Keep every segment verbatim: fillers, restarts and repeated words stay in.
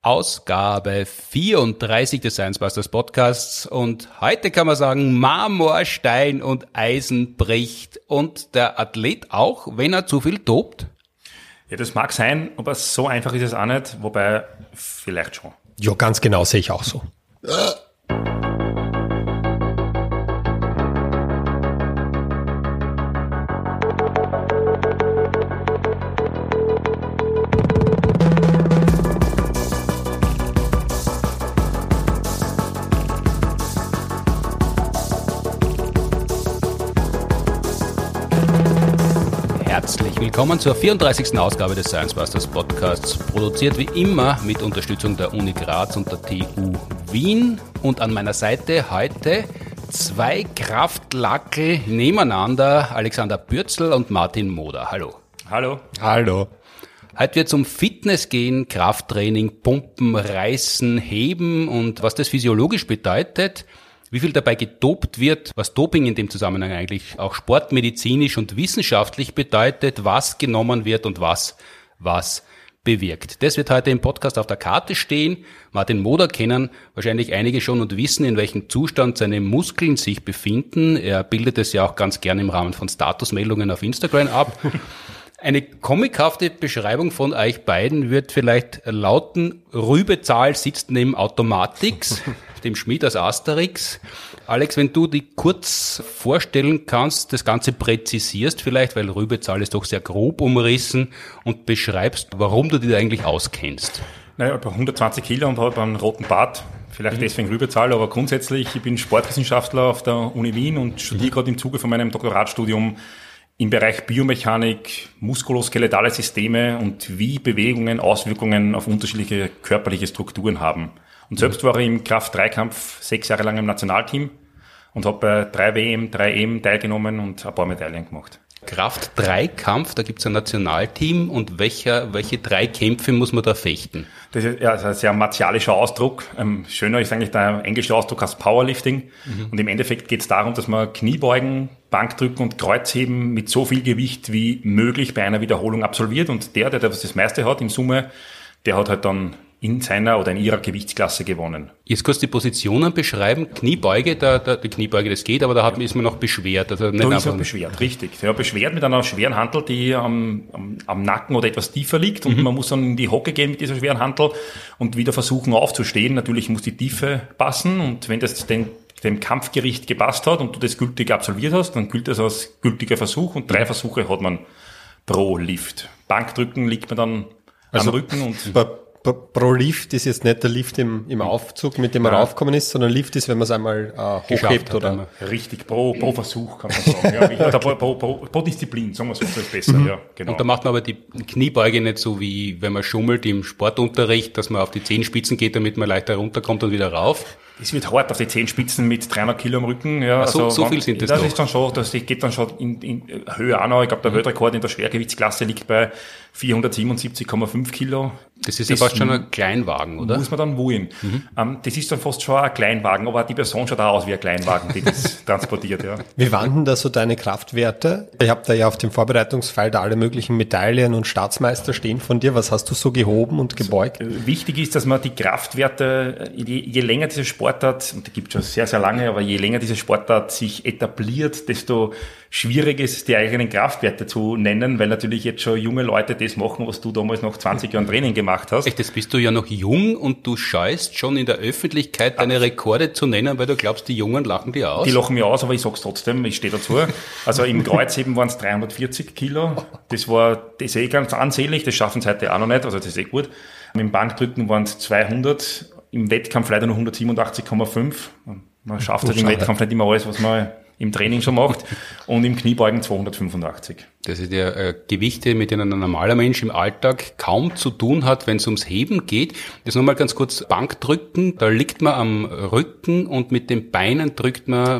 Ausgabe vierunddreißig des Science Busters Podcasts und heute kann man sagen, Marmor, Stein und Eisen bricht und der Athlet auch, wenn er zu viel tobt? Ja, das mag sein, aber so einfach ist es auch nicht, wobei vielleicht schon. Ja, ganz genau, sehe ich auch so. Herzlich willkommen zur vierunddreißigsten Ausgabe des Science Busters Podcasts, produziert wie immer mit Unterstützung der Uni Graz und der T U Wien. Und an meiner Seite heute zwei Kraftlackel nebeneinander, Alexander Bürzel und Martin Moder. Hallo. Hallo. Hallo. Heute wird es um Fitness gehen, Krafttraining, Pumpen, Reißen, Heben und was das physiologisch bedeutet. Wie viel dabei gedopt wird, was Doping in dem Zusammenhang eigentlich auch sportmedizinisch und wissenschaftlich bedeutet, was genommen wird und was was bewirkt. Das wird heute im Podcast auf der Karte stehen. Martin Moder kennen wahrscheinlich einige schon und wissen, in welchem Zustand seine Muskeln sich befinden. Er bildet es ja auch ganz gerne im Rahmen von Statusmeldungen auf Instagram ab. Eine comichafte Beschreibung von euch beiden wird vielleicht lauten: Rübezahl sitzt neben Automatix, dem Schmied aus Asterix. Alex, wenn du die kurz vorstellen kannst, das Ganze präzisierst vielleicht, weil Rübezahl ist doch sehr grob umrissen, und beschreibst, warum du dich da eigentlich auskennst. Naja, ich habe hundertzwanzig Kilo und habe einen roten Bart. Vielleicht mhm. deswegen Rübezahl, aber grundsätzlich, ich bin Sportwissenschaftler auf der Uni Wien und studiere mhm. gerade im Zuge von meinem Doktoratstudium im Bereich Biomechanik, muskuloskeletale Systeme und wie Bewegungen Auswirkungen auf unterschiedliche körperliche Strukturen haben. Und selbst war ich im Kraft-Dreikampf sechs Jahre lang im Nationalteam und habe bei drei W M, drei E M teilgenommen und ein paar Medaillen gemacht. Kraft-Dreikampf, da gibt's ein Nationalteam, und welcher, welche drei Kämpfe muss man da fechten? Das ist ja ein sehr martialischer Ausdruck. Ähm, schöner ist eigentlich der englische Ausdruck als Powerlifting. Mhm. Und im Endeffekt geht es darum, dass man Kniebeugen, Bankdrücken und Kreuzheben mit so viel Gewicht wie möglich bei einer Wiederholung absolviert. Und der, der das meiste hat in Summe, der hat halt dann in seiner oder in ihrer Gewichtsklasse gewonnen. Jetzt kurz die Positionen beschreiben. Kniebeuge, da, da, die Kniebeuge, das geht, aber da hat, ist man noch beschwert. Also nicht da ist man beschwert, richtig. Ja, beschwert mit einer schweren Hantel, die am, am, am Nacken oder etwas tiefer liegt, und mhm. man muss dann in die Hocke gehen mit dieser schweren Hantel und wieder versuchen aufzustehen. Natürlich muss die Tiefe passen, und wenn das den, dem Kampfgericht gepasst hat und du das gültig absolviert hast, dann gilt das als gültiger Versuch, und drei Versuche hat man pro Lift. Bankdrücken liegt man dann also am Rücken und pro Lift ist jetzt nicht der Lift im, im Aufzug, mit dem man ja. raufgekommen ist, sondern Lift ist, wenn man es einmal äh, hochhebt, oder? Richtig, pro, pro Versuch kann man sagen. Ja, okay. Oder pro, pro, pro, pro Disziplin, sagen wir so, das ist besser. Mhm. Ja, genau. Und da macht man aber die Kniebeuge nicht so, wie wenn man schummelt im Sportunterricht, dass man auf die Zehenspitzen geht, damit man leichter runterkommt und wieder rauf. Es wird hart auf die Zehenspitzen mit dreihundert Kilo am Rücken. Ja, also, also so viel sind das Das doch. ist dann schon, das geht dann schon in, in Höhe auch noch. Ich glaube, der Weltrekord in der Schwergewichtsklasse liegt bei vierhundertsiebenundsiebzig Komma fünf Kilo. Das ist ja fast schon ein Kleinwagen, oder? Muss man dann wohin. Mhm. Um, das ist dann fast schon ein Kleinwagen, aber die Person schaut auch aus wie ein Kleinwagen, die das transportiert. Ja. Wie waren denn da so deine Kraftwerte? Ich habe da ja auf dem Vorbereitungsfall da alle möglichen Medaillen und Staatsmeister stehen von dir. Was hast du so gehoben und gebeugt? Also, wichtig ist, dass man die Kraftwerte, je, je länger diese Sportart, und die gibt es schon sehr, sehr lange, aber je länger diese Sportart sich etabliert, desto schwierig ist es, die eigenen Kraftwerte zu nennen, weil natürlich jetzt schon junge Leute das machen, was du damals nach zwanzig Jahren Training gemacht hast. Echt, das bist du ja noch jung, und du scheust schon in der Öffentlichkeit deine Rekorde zu nennen, weil du glaubst, die Jungen lachen dir aus? Die lachen mir aus, aber ich sag's trotzdem, ich stehe dazu. Also im Kreuzheben waren es dreihundertvierzig Kilo. Das war, das ist eh ganz ansehnlich, das schaffen sie heute auch noch nicht, also das ist eh gut. Im Bankdrücken waren es zweihundert, im Wettkampf leider nur hundertsiebenundachtzig Komma fünf. Man schafft halt im Wettkampf nicht immer alles, was man im Training schon macht, und im Kniebeugen zweihundertfünfundachtzig. Das sind ja äh, Gewichte, mit denen ein normaler Mensch im Alltag kaum zu tun hat, wenn es ums Heben geht. Das nochmal ganz kurz: Bankdrücken, da liegt man am Rücken und mit den Beinen drückt man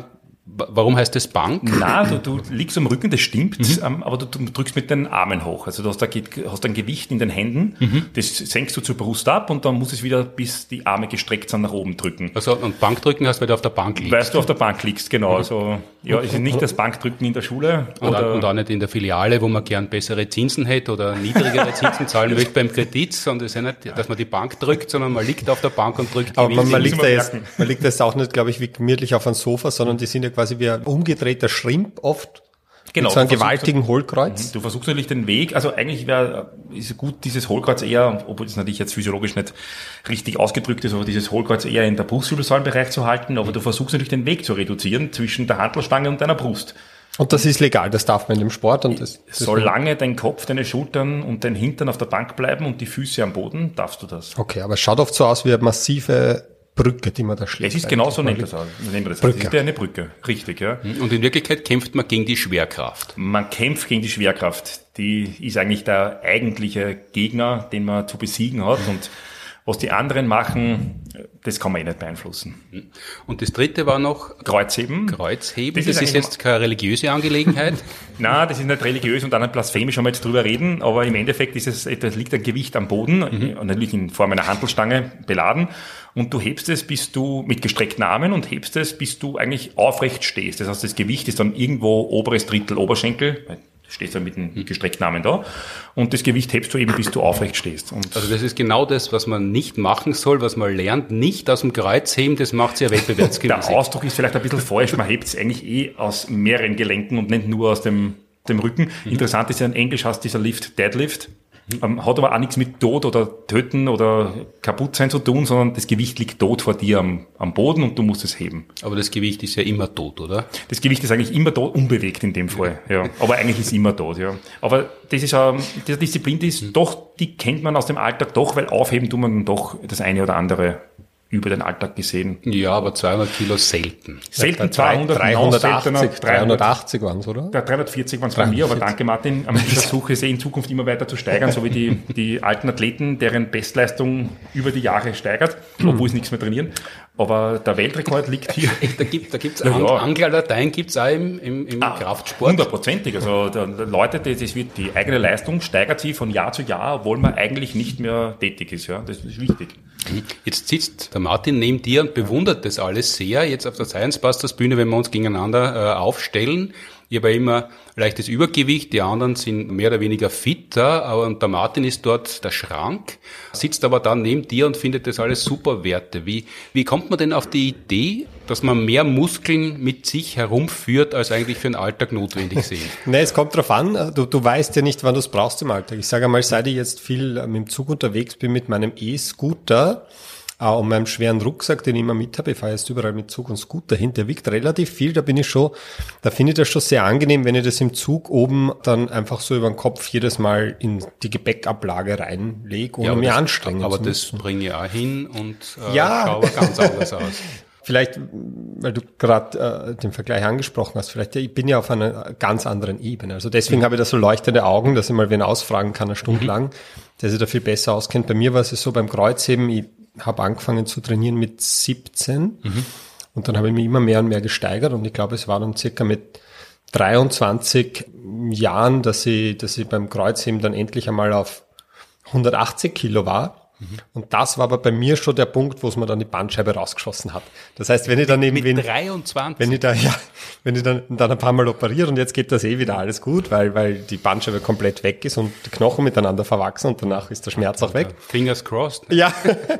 Warum heißt das Bank? Na, du, du liegst am Rücken, das stimmt, mhm. aber du, du drückst mit den Armen hoch. Also du hast, da, hast ein Gewicht in den Händen, mhm. das senkst du zur Brust ab und dann musst du es wieder, bis die Arme gestreckt sind, nach oben drücken. Also und Bankdrücken hast, weil du auf der Bank liegst. Weil du auf der Bank liegst, genau. Mhm. Also ja, es ist nicht das Bankdrücken in der Schule. Und, oder auch, und auch nicht in der Filiale, wo man gern bessere Zinsen hätte oder niedrigere Zinsen zahlen möchte beim Kredit, sondern es ist ja nicht, dass man die Bank drückt, sondern man liegt auf der Bank und drückt. Aber man, man, liegt da jetzt, man liegt da jetzt auch nicht, glaube ich, wie gemütlich auf einem Sofa, sondern die sind ja quasi wie ein umgedrehter Schrimp oft. Genau. Mit so einem gewaltigen du, Hohlkreuz. Du versuchst natürlich den Weg, also eigentlich wäre, ist gut dieses Hohlkreuz eher, obwohl es natürlich jetzt physiologisch nicht richtig ausgedrückt ist, aber dieses Hohlkreuz eher in der Brustwirbelsäulenbereich zu halten, aber du versuchst natürlich den Weg zu reduzieren zwischen der Hantelstange und deiner Brust. Und das ist legal, das darf man in dem Sport. Und das, das Solange dein Kopf, deine Schultern und dein Hintern auf der Bank bleiben und die Füße am Boden, darfst du das. Okay, aber es schaut oft so aus wie eine massive Brücke, die man da schlägt. Es ist genau so, nennt das auch. Nennt das. Brücke. Es ist ja eine Brücke, richtig, ja. Und in Wirklichkeit kämpft man gegen die Schwerkraft. Man kämpft gegen die Schwerkraft. Die ist eigentlich der eigentliche Gegner, den man zu besiegen hat. Und was die anderen machen, das kann man eh nicht beeinflussen. Und das dritte war noch Kreuzheben. Kreuzheben, das, das ist, ist jetzt keine religiöse Angelegenheit. Nein, das ist nicht religiös und auch nicht blasphemisch, wenn wir jetzt drüber reden, aber im Endeffekt ist es, da liegt ein Gewicht am Boden, mhm. natürlich in Form einer Hantelstange beladen und du hebst es, bis du mit gestreckten Armen und hebst es, bis du eigentlich aufrecht stehst. Das heißt, das Gewicht ist dann irgendwo oberes Drittel Oberschenkel, du stehst ja mit dem gestreckten Armen da und das Gewicht hebst du eben, bis du aufrecht stehst. Und also das ist genau das, was man nicht machen soll, was man lernt, nicht aus dem Kreuz heben, das macht es ja wettbewerbsgewiss. Der Ausdruck ist vielleicht ein bisschen falsch, man hebt es eigentlich eh aus mehreren Gelenken und nicht nur aus dem, dem Rücken. Mhm. Interessant ist ja, in Englisch heißt dieser Lift Deadlift. Ähm, hat aber auch nichts mit Tod oder Töten oder Kaputtsein zu tun, sondern das Gewicht liegt tot vor dir am, am Boden und du musst es heben. Aber das Gewicht ist ja immer tot, oder? Das Gewicht ist eigentlich immer tot, unbewegt in dem Fall, ja. ja. Aber eigentlich ist es immer tot, ja. Aber das ist ähm, diese Disziplin, die ist mhm. doch, die kennt man aus dem Alltag doch, weil aufheben tut man dann doch das eine oder andere über den Alltag gesehen. Ja, aber zweihundert Kilo selten. Selten zweihundert, dreihundertachtzig, dreihundertachtzig waren es, oder? Ja, dreihundertvierzig waren es bei mir, aber danke Martin. Ich versuche es eh in Zukunft immer weiter zu steigern, so wie die, die alten Athleten, deren Bestleistung über die Jahre steigert, obwohl sie nichts mehr trainieren. Aber der Weltrekord liegt hier. Da gibt da gibt's ja, Ang- ja. Anglerlatein gibt's auch im, im, im ah, Kraftsport. Hundertprozentig. Also da, Leute, das, das wird, die eigene Leistung steigert sich von Jahr zu Jahr, obwohl man eigentlich nicht mehr tätig ist. Ja, das ist wichtig. Jetzt sitzt der Martin neben dir und bewundert das alles sehr. Jetzt auf der Science Busters Bühne, wenn wir uns gegeneinander äh, aufstellen. Ich habe immer leichtes Übergewicht, die anderen sind mehr oder weniger fitter, aber und der Martin ist dort der Schrank, sitzt aber dann neben dir und findet das alles super Werte. Wie, wie kommt man denn auf die Idee, dass man mehr Muskeln mit sich herumführt, als eigentlich für den Alltag notwendig sind? Nee, es kommt drauf an. Du, du weißt ja nicht, wann du es brauchst im Alltag. Ich sage einmal, seit ich jetzt viel mit dem Zug unterwegs bin mit meinem E-Scooter, Uh, und meinem schweren Rucksack, den ich immer mit habe, ich fahre jetzt überall mit Zug und Scooter hin, der wiegt relativ viel, da bin ich schon, da finde ich das schon sehr angenehm, wenn ich das im Zug oben dann einfach so über den Kopf jedes Mal in die Gepäckablage reinlege, ohne ja, mich das, anstrengen aber zu das bringe ich auch hin und äh, ja. schaue aber ganz anders aus. Vielleicht, weil du gerade äh, den Vergleich angesprochen hast, vielleicht, ja, ich bin ja auf einer ganz anderen Ebene. Also deswegen mhm. habe ich da so leuchtende Augen, dass ich mal wen ausfragen kann, eine Stunde mhm. lang, der sich da viel besser auskennt. Bei mir war es so beim Kreuzheben, ich habe angefangen zu trainieren mit siebzehn mhm. und dann habe ich mich immer mehr und mehr gesteigert und ich glaube, es war dann circa mit dreiundzwanzig Jahren, dass ich, dass ich beim Kreuzheben dann endlich einmal auf hundertachtzig Kilo war. Mhm. Und das war aber bei mir schon der Punkt, wo es mir dann die Bandscheibe rausgeschossen hat. Das heißt, wenn ich dann eben, mit wenn, dreiundzwanzig wenn ich da, ja, wenn ich dann, dann ein paar Mal operiere und jetzt geht das eh wieder alles gut, weil, weil die Bandscheibe komplett weg ist und die Knochen miteinander verwachsen und danach ist der Schmerz auch weg. Fingers crossed. Ja.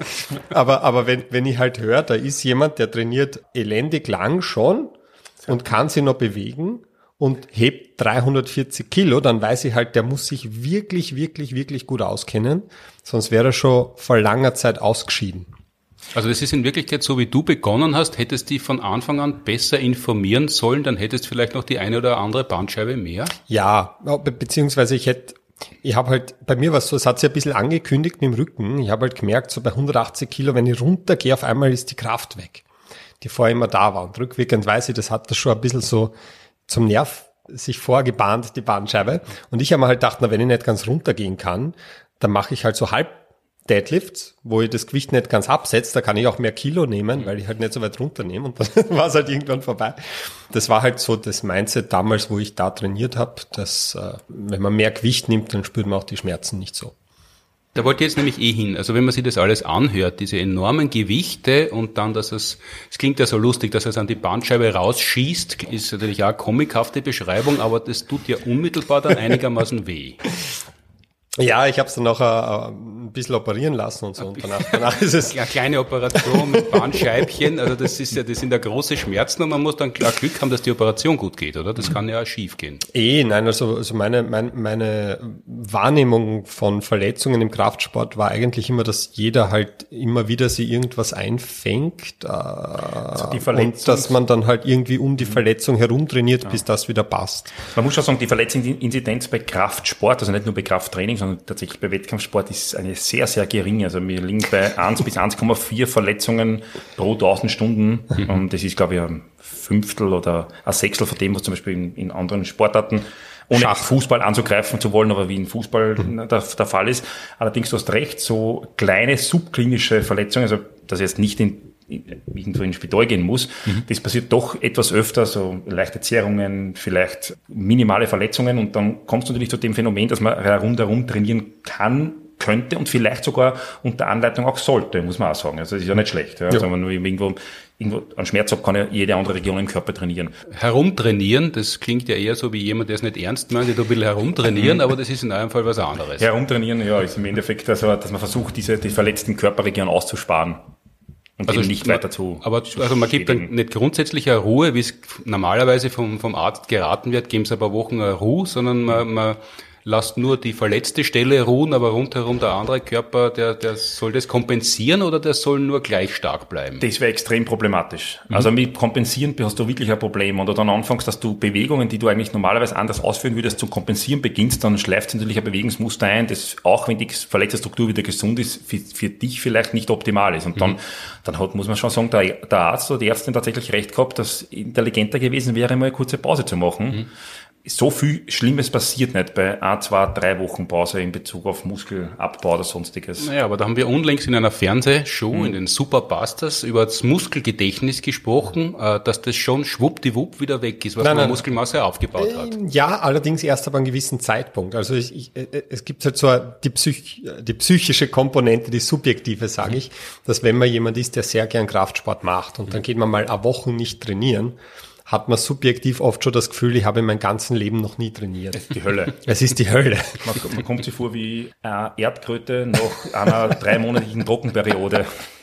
aber, aber wenn, wenn ich halt höre, da ist jemand, der trainiert elendig lang schon und kann sich noch bewegen und hebt dreihundertvierzig Kilo, dann weiß ich halt, der muss sich wirklich, wirklich, wirklich gut auskennen, sonst wäre er schon vor langer Zeit ausgeschieden. Also das ist in Wirklichkeit so, wie du begonnen hast, hättest dich von Anfang an besser informieren sollen, dann hättest du vielleicht noch die eine oder andere Bandscheibe mehr? Ja, be- beziehungsweise ich hätte, ich habe halt, bei mir war es so, es hat sich ein bisschen angekündigt mit dem Rücken, ich habe halt gemerkt, so bei hundertachtzig Kilo, wenn ich runtergehe, auf einmal ist die Kraft weg, die vorher immer da war und rückwirkend weiß ich, das hat das schon ein bisschen so zum Nerv sich vorgebahnt, die Bandscheibe. Und ich habe mir halt gedacht, na, wenn ich nicht ganz runtergehen kann, dann mache ich halt so halb Deadlifts, wo ich das Gewicht nicht ganz absetze, da kann ich auch mehr Kilo nehmen, weil ich halt nicht so weit runternehme und dann war es halt irgendwann vorbei. Das war halt so das Mindset damals, wo ich da trainiert habe, dass äh, wenn man mehr Gewicht nimmt, dann spürt man auch die Schmerzen nicht so. Da wollte ich jetzt nämlich eh hin. Also wenn man sich das alles anhört, diese enormen Gewichte und dann, dass es, es klingt ja so lustig, dass es an die Bandscheibe rausschießt, ist natürlich auch eine comichafte Beschreibung, aber das tut ja unmittelbar dann einigermaßen weh. Ja, ich habe es dann auch äh, ein bisschen operieren lassen und so. Und danach, danach ist es eine kleine Operation mit Bandscheibchen. Also das ist ja, das sind ja große Schmerzen und man muss dann klar Glück haben, dass die Operation gut geht, oder? Das kann ja auch schief gehen. Eh, nein, also, also meine, meine, meine Wahrnehmung von Verletzungen im Kraftsport war eigentlich immer, dass jeder halt immer wieder sich irgendwas einfängt äh, also die und dass man dann halt irgendwie um die Verletzung herum trainiert, ja. bis das wieder passt. Man muss schon sagen, die Verletzungsinzidenz bei Kraftsport, also nicht nur bei Krafttraining, sondern tatsächlich bei Wettkampfsport ist eine sehr, sehr gering. Also wir liegen bei eins bis eins Komma vier Verletzungen pro tausend Stunden. Mhm. Und das ist, glaube ich, ein Fünftel oder ein Sechstel von dem, was zum Beispiel in, in anderen Sportarten, ohne Schach. Fußball anzugreifen zu wollen, aber wie in Fußball mhm. der, der Fall ist. Allerdings, du hast recht, so kleine subklinische Verletzungen, also das jetzt nicht in irgendwo ins Spital gehen muss. Mhm. Das passiert doch etwas öfter, so leichte Zerrungen, vielleicht minimale Verletzungen und dann kommst du natürlich zu dem Phänomen, dass man rundherum trainieren kann, könnte und vielleicht sogar unter Anleitung auch sollte, muss man auch sagen. Also das ist ja nicht schlecht. Ja. Ja. Also wenn man nur irgendwo, irgendwo einen Schmerz hat, kann ja jede andere Region im Körper trainieren. Herumtrainieren, das klingt ja eher so wie jemand, der es nicht ernst meint, der will herumtrainieren, aber das ist in eurem Fall was anderes. Herumtrainieren, ja, ist im Endeffekt, also, dass man versucht, diese die verletzten Körperregionen auszusparen. Und also nicht weiter zu. Aber also man gibt dann nicht grundsätzlich eine Ruhe, wie es normalerweise vom, vom Arzt geraten wird, geben es ein paar Wochen eine Ruhe, sondern man, man lasst nur die verletzte Stelle ruhen, aber rundherum der andere Körper, der, der soll das kompensieren oder der soll nur gleich stark bleiben? Das wäre extrem problematisch. Mhm. Also mit Kompensieren hast du wirklich ein Problem. Und du dann anfängst, dass du Bewegungen, die du eigentlich normalerweise anders ausführen würdest, zu kompensieren beginnst, dann schleift natürlich ein Bewegungsmuster ein, das auch wenn die verletzte Struktur wieder gesund ist, für, für dich vielleicht nicht optimal ist. Und dann, mhm. dann hat, muss man schon sagen, der, der Arzt oder die Ärztin tatsächlich recht gehabt, dass intelligenter gewesen wäre, mal eine kurze Pause zu machen. Mhm. So viel Schlimmes passiert nicht bei ein, zwei, drei Wochen Pause in Bezug auf Muskelabbau oder sonstiges. Naja, aber da haben wir unlängst in einer Fernsehshow, mhm. in den Superbusters, über das Muskelgedächtnis gesprochen, dass das schon schwuppdiwupp wieder weg ist, was nein, man nein. Muskelmasse aufgebaut hat. Ja, allerdings erst ab einem gewissen Zeitpunkt. Also ich, ich, es gibt halt so die, Psych, die psychische Komponente, die subjektive, sage ich, dass wenn man jemand ist, der sehr gern Kraftsport macht und dann geht man mal eine Woche nicht trainieren, hat man subjektiv oft schon das Gefühl, ich habe in meinem ganzen Leben noch nie trainiert. Es ist die Hölle. Es ist die Hölle. Man, man kommt sich vor wie eine Erdkröte nach einer dreimonatigen Trockenperiode.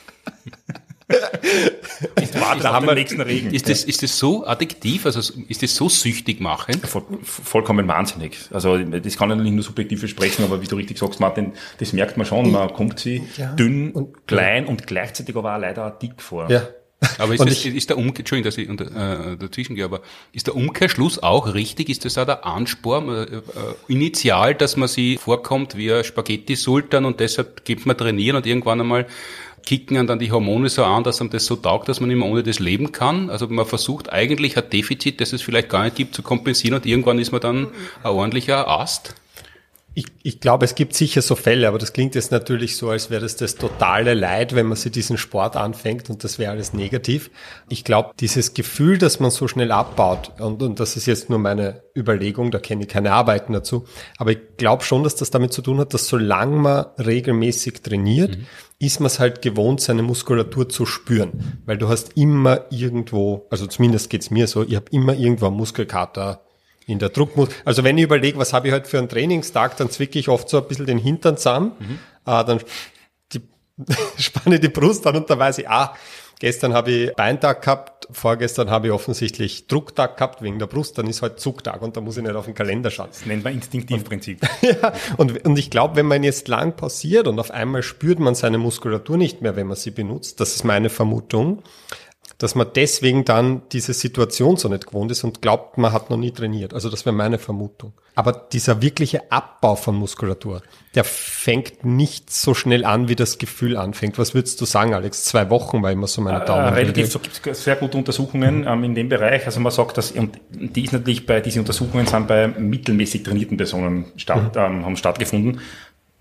Ist, da haben wir den nächsten Regen. Ist das, ist das so addiktiv, also ist das so süchtig machend? Voll, vollkommen wahnsinnig. Also das kann ich natürlich nur subjektiv sprechen, aber wie du richtig sagst, Martin, das merkt man schon. Man kommt sich ja. dünn und klein und gleichzeitig aber auch leider dick vor. Ja. Aber ist, das, ich, ist der Umkehr, Entschuldigung, dass ich unter, äh, dazwischen gehe, aber ist der Umkehrschluss auch richtig? Ist das auch der Ansporn äh, äh, initial, dass man sich vorkommt wie ein Spaghetti-Sultan und deshalb gibt man trainieren und irgendwann einmal kicken dann die Hormone so an, dass einem das so taugt, dass man immer ohne das leben kann? Also man versucht eigentlich ein Defizit, das es vielleicht gar nicht gibt, zu kompensieren und irgendwann ist man dann ein ordentlicher Ast? Ich, ich glaube, es gibt sicher so Fälle, aber das klingt jetzt natürlich so, als wäre das das totale Leid, wenn man sich diesen Sport anfängt und das wäre alles negativ. Ich glaube, dieses Gefühl, dass man so schnell abbaut, und, und das ist jetzt nur meine Überlegung, da kenne ich keine Arbeiten dazu, aber ich glaube schon, dass das damit zu tun hat, dass solange man regelmäßig trainiert, mhm. ist man es halt gewohnt, seine Muskulatur zu spüren, weil du hast immer irgendwo, also zumindest geht's mir so, ich habe immer irgendwo einen Muskelkater in der Druckmuskel. Also wenn ich überlege, was habe ich heute für einen Trainingstag, dann zwicke ich oft so ein bisschen den Hintern zusammen, mhm. äh, dann die, spanne ich die Brust an und da weiß ich, ah, gestern habe ich Beintag gehabt, vorgestern habe ich offensichtlich Drucktag gehabt wegen der Brust, dann ist heute Zucktag und da muss ich nicht auf den Kalender schauen. Das nennt man Instinktivprinzip. Ja, und, und ich glaube, wenn man jetzt lang pausiert und auf einmal spürt man seine Muskulatur nicht mehr, wenn man sie benutzt, das ist meine Vermutung, dass man deswegen dann diese Situation so nicht gewohnt ist und glaubt, man hat noch nie trainiert. Also das wäre meine Vermutung. Aber dieser wirkliche Abbau von Muskulatur, der fängt nicht so schnell an, wie das Gefühl anfängt. Was würdest du sagen, Alex? Zwei Wochen war immer so meine Daumen. Äh, relativ, so gibt es sehr gute Untersuchungen ähm, in dem Bereich. Also man sagt, dass, und die ist natürlich bei, diese Untersuchungen sind bei mittelmäßig trainierten Personen statt, mhm. ähm, haben stattgefunden.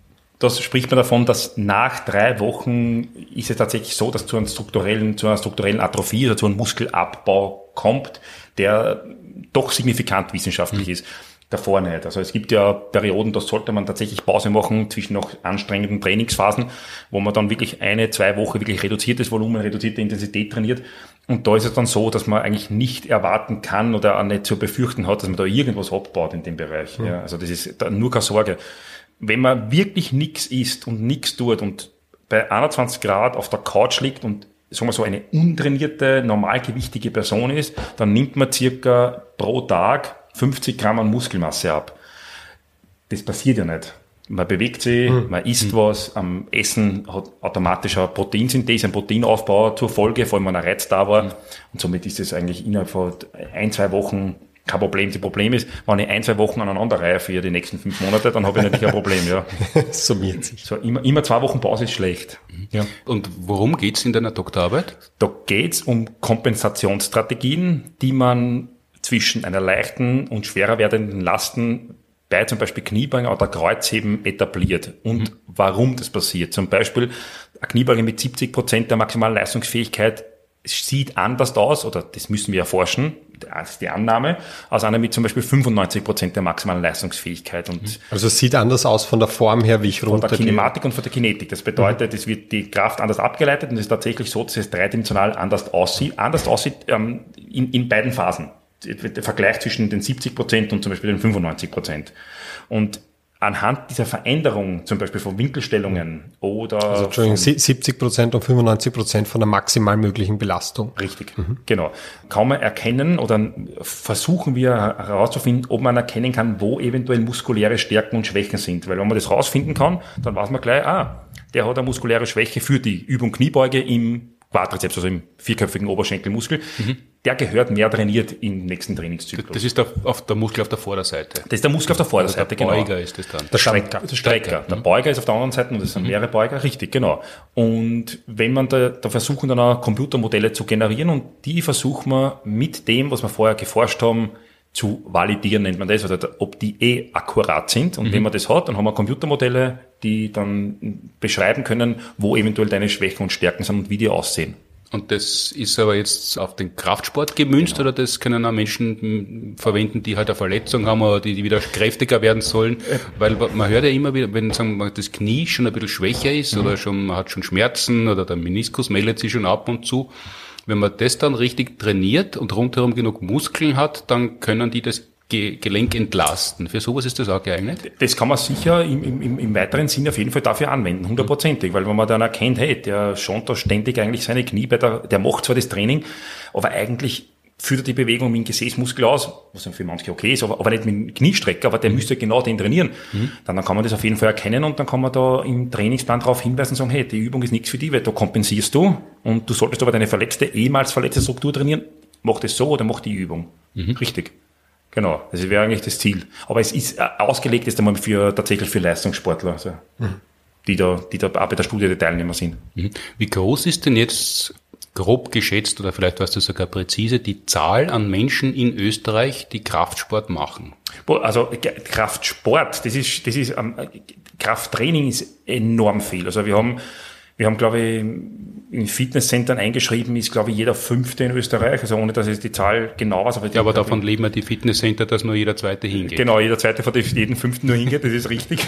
das spricht man davon, dass nach drei Wochen ist es tatsächlich so, dass zu einem strukturellen, zu einer strukturellen Atrophie oder zu einem Muskelabbau kommt, der doch signifikant wissenschaftlich mhm. ist. Davor nicht. Also es gibt ja Perioden, da sollte man tatsächlich Pause machen zwischen noch anstrengenden Trainingsphasen, wo man dann wirklich eine, zwei Wochen wirklich reduziertes Volumen, reduzierte Intensität trainiert. Und da ist es dann so, dass man eigentlich nicht erwarten kann oder auch nicht zu befürchten hat, dass man da irgendwas abbaut in dem Bereich. Mhm. Ja, also das ist da nur keine Sorge. Wenn man wirklich nichts isst und nichts tut und bei einundzwanzig Grad auf der Couch liegt und sagen wir so eine untrainierte, normalgewichtige Person ist, dann nimmt man circa pro Tag fünfzig Gramm an Muskelmasse ab. Das passiert ja nicht. Man bewegt sich, mhm. man isst mhm. was, am Essen hat automatisch eine Proteinsynthese, ein Proteinaufbau zur Folge, vor allem wenn ein Reiz da war. Mhm. Und somit ist es eigentlich innerhalb von ein, zwei Wochen kein Problem. Das Problem ist, wenn ich ein, zwei Wochen aneinander reihe für die nächsten fünf Monate, dann habe ich natürlich ein Problem, ja. Summiert sich. So, immer, immer zwei Wochen Pause ist schlecht. Mhm. Ja. Und worum geht's in deiner Doktorarbeit? Da geht's um Kompensationsstrategien, die man zwischen einer leichten und schwerer werdenden Lasten bei zum Beispiel Kniebeugen oder Kreuzheben etabliert und mhm. warum das passiert. Zum Beispiel eine Kniebeuge mit siebzig Prozent der maximalen Leistungsfähigkeit sieht anders aus, oder das müssen wir erforschen, das ist die Annahme, als einer mit zum Beispiel fünfundneunzig Prozent der maximalen Leistungsfähigkeit. Und also es sieht anders aus von der Form her, wie ich runter. Von der Kinematik und von der Kinetik. Das bedeutet, mhm. es wird die Kraft anders abgeleitet und es ist tatsächlich so, dass es dreidimensional anders aussieht, anders aussieht ähm, in, in beiden Phasen. Der Vergleich zwischen den siebzig Prozent und zum Beispiel den fünfundneunzig Prozent. Und anhand dieser Veränderung, zum Beispiel von Winkelstellungen oder... Also Entschuldigung, siebzig Prozent und fünfundneunzig Prozent von der maximal möglichen Belastung. Richtig, mhm. genau. Kann man erkennen oder versuchen wir herauszufinden, ob man erkennen kann, wo eventuell muskuläre Stärken und Schwächen sind. Weil wenn man das rausfinden kann, dann weiß man gleich, ah, der hat eine muskuläre Schwäche für die Übung Kniebeuge im Quadrizeps, also im vierköpfigen Oberschenkelmuskel. Mhm. Der gehört mehr trainiert im nächsten Trainingszyklus. Das ist der, auf der Muskel auf der Vorderseite. Das ist der Muskel auf der Vorderseite, genau. Der Beuger ist das dann. Der Strecker. Der Strecker. Der Beuger ist auf der anderen Seite und das sind mhm. mehrere Beuger, richtig, genau. Und wenn man da, da versuchen dann auch Computermodelle zu generieren und die versuchen wir mit dem, was wir vorher geforscht haben, zu validieren, nennt man das, oder ob die eh akkurat sind. Und mhm. wenn man das hat, dann haben wir Computermodelle, die dann beschreiben können, wo eventuell deine Schwächen und Stärken sind und wie die aussehen. Und das ist aber jetzt auf den Kraftsport gemünzt, genau. Oder das können auch Menschen verwenden, die halt eine Verletzung haben oder die, die wieder kräftiger werden sollen? Äh. Weil man hört ja immer wieder, wenn sagen wir, das Knie schon ein bisschen schwächer ist, mhm. oder schon, man hat schon Schmerzen oder der Meniskus meldet sich schon ab und zu. Wenn man das dann richtig trainiert und rundherum genug Muskeln hat, dann können die das Ge- Gelenk entlasten. Für sowas ist das auch geeignet? Das kann man sicher im, im, im weiteren Sinn auf jeden Fall dafür anwenden, hundertprozentig, weil wenn man dann erkennt, hey, der schont da ständig eigentlich seine Knie bei der, der macht zwar das Training, aber eigentlich führt er die Bewegung mit dem Gesäßmuskel aus, was für manche okay ist, aber, aber nicht mit dem Kniestrecker, aber der mhm. müsste genau den trainieren. Mhm. Dann, dann kann man das auf jeden Fall erkennen und dann kann man da im Trainingsplan darauf hinweisen und sagen, hey, die Übung ist nichts für dich, weil da kompensierst du und du solltest aber deine verletzte, ehemals verletzte Struktur trainieren. Mach das so oder mach die Übung. Mhm. Richtig. Genau. Das wäre eigentlich das Ziel. Aber es ist ausgelegt jetzt einmal für, tatsächlich für Leistungssportler, also, mhm. die da, die da auch bei der Studie die Teilnehmer sind. Mhm. Wie groß ist denn jetzt grob geschätzt oder vielleicht weißt du sogar präzise die Zahl an Menschen in Österreich, die Kraftsport machen? Also Kraftsport, das ist, das ist, um, Krafttraining ist enorm viel. Also wir haben, wir haben, glaube ich, in Fitnesscentern eingeschrieben ist, glaube ich, jeder Fünfte in Österreich, also ohne, dass ich die Zahl genau weiß. Aber, ja, aber davon leben ja die Fitnesscenter, dass nur jeder Zweite hingeht. Genau, jeder Zweite von jedem Fünften nur hingeht, das ist richtig.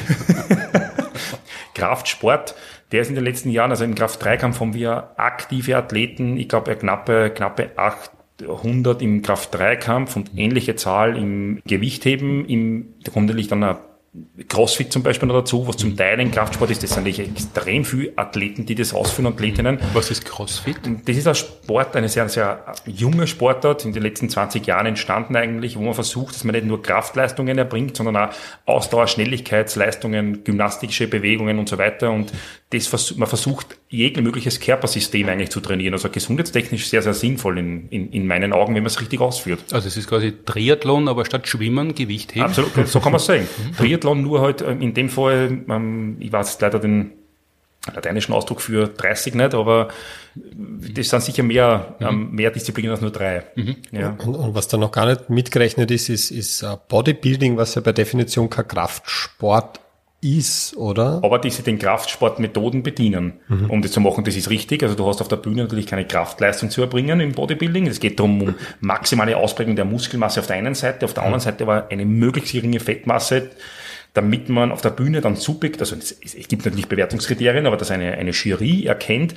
Kraftsport, der ist in den letzten Jahren, also im Kraft-Dreikampf haben wir aktive Athleten, ich glaube, knappe, knappe achthundert im Kraft-Dreikampf und ähnliche Zahl im Gewichtheben, im, da kommt natürlich dann ein Crossfit zum Beispiel noch dazu, was zum Teil ein Kraftsport ist. Das sind natürlich extrem viele Athleten, die das ausführen, Athletinnen. Was ist Crossfit? Das ist ein Sport, eine sehr, sehr junge Sportart, in den letzten zwanzig Jahren entstanden eigentlich, wo man versucht, dass man nicht nur Kraftleistungen erbringt, sondern auch Ausdauer, Schnelligkeitsleistungen, gymnastische Bewegungen und so weiter. Und das, man versucht, jegliches mögliches Körpersystem eigentlich zu trainieren. Also gesundheitstechnisch sehr, sehr sinnvoll in, in, in meinen Augen, wenn man es richtig ausführt. Also es ist quasi Triathlon, aber statt Schwimmen, Gewichtheben? Absolut, so kann man es sagen. Triathlon nur halt in dem Fall, ähm, ich weiß leider den lateinischen Ausdruck für dreißig nicht, aber das sind sicher mehr, mhm. ähm, mehr Disziplinen als nur drei. Mhm. Ja. Und, und was da noch gar nicht mitgerechnet ist, ist, ist Bodybuilding, was ja per Definition kein Kraftsport ist, oder? Aber die sich den Kraftsportmethoden bedienen, mhm. um das zu machen. Das ist richtig. Also du hast auf der Bühne natürlich keine Kraftleistung zu erbringen im Bodybuilding. Es geht darum, um maximale Ausprägung der Muskelmasse auf der einen Seite, auf der anderen Seite aber eine möglichst geringe Fettmasse, damit man auf der Bühne dann subjekt, also es, es gibt natürlich Bewertungskriterien, aber dass eine, eine Jury erkennt,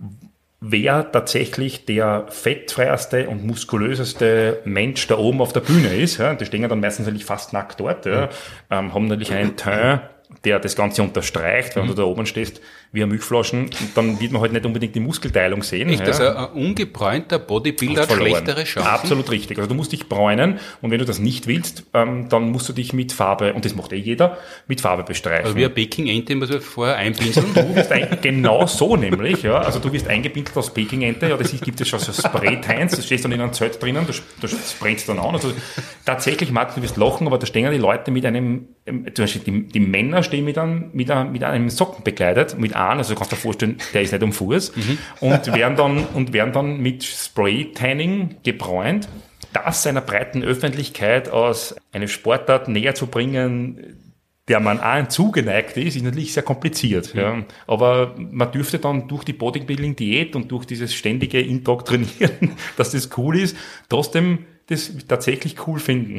wer tatsächlich der fettfreierste und muskulöseste Mensch da oben auf der Bühne ist. Ja. Die stehen ja dann meistens natürlich fast nackt dort, ja. ähm, haben natürlich einen Teint, der das Ganze unterstreicht, wenn mhm. du da oben stehst, wie eine Milchflaschen, dann wird man halt nicht unbedingt die Muskelteilung sehen. Echt, ja. also ein ungebräunter Bodybuilder hat schlechtere Chancen? Absolut richtig. Also du musst dich bräunen und wenn du das nicht willst, ähm, dann musst du dich mit Farbe, und das macht eh jeder, mit Farbe bestreichen. Also wie eine Peking-Ente muss man vorher einpinseln? Du wirst ein, genau so nämlich, ja. Also du wirst eingepinselt aus Peking-Ente, ja, das ist, gibt es schon so Spray-Tines, das stehst dann in einem Zelt drinnen, das, das sprayst dann an. Also tatsächlich, Martin, du wirst lachen, aber da stehen ja die Leute mit einem, zum Beispiel die, die Männer stehen mit einem, mit einem, mit einem Socken bekleidet, mit einem, also du kannst dir vorstellen, der ist nicht um Fuß, mhm. und werden dann, und werden dann mit Spray-Tanning gebräunt, das einer breiten Öffentlichkeit aus eine Sportart näher zu bringen, der man auch zugeneigt ist, ist natürlich sehr kompliziert. Mhm. Ja. Aber man dürfte dann durch die Bodybuilding-Diät und durch dieses ständige Indoktrinieren, dass das cool ist, trotzdem das tatsächlich cool finden.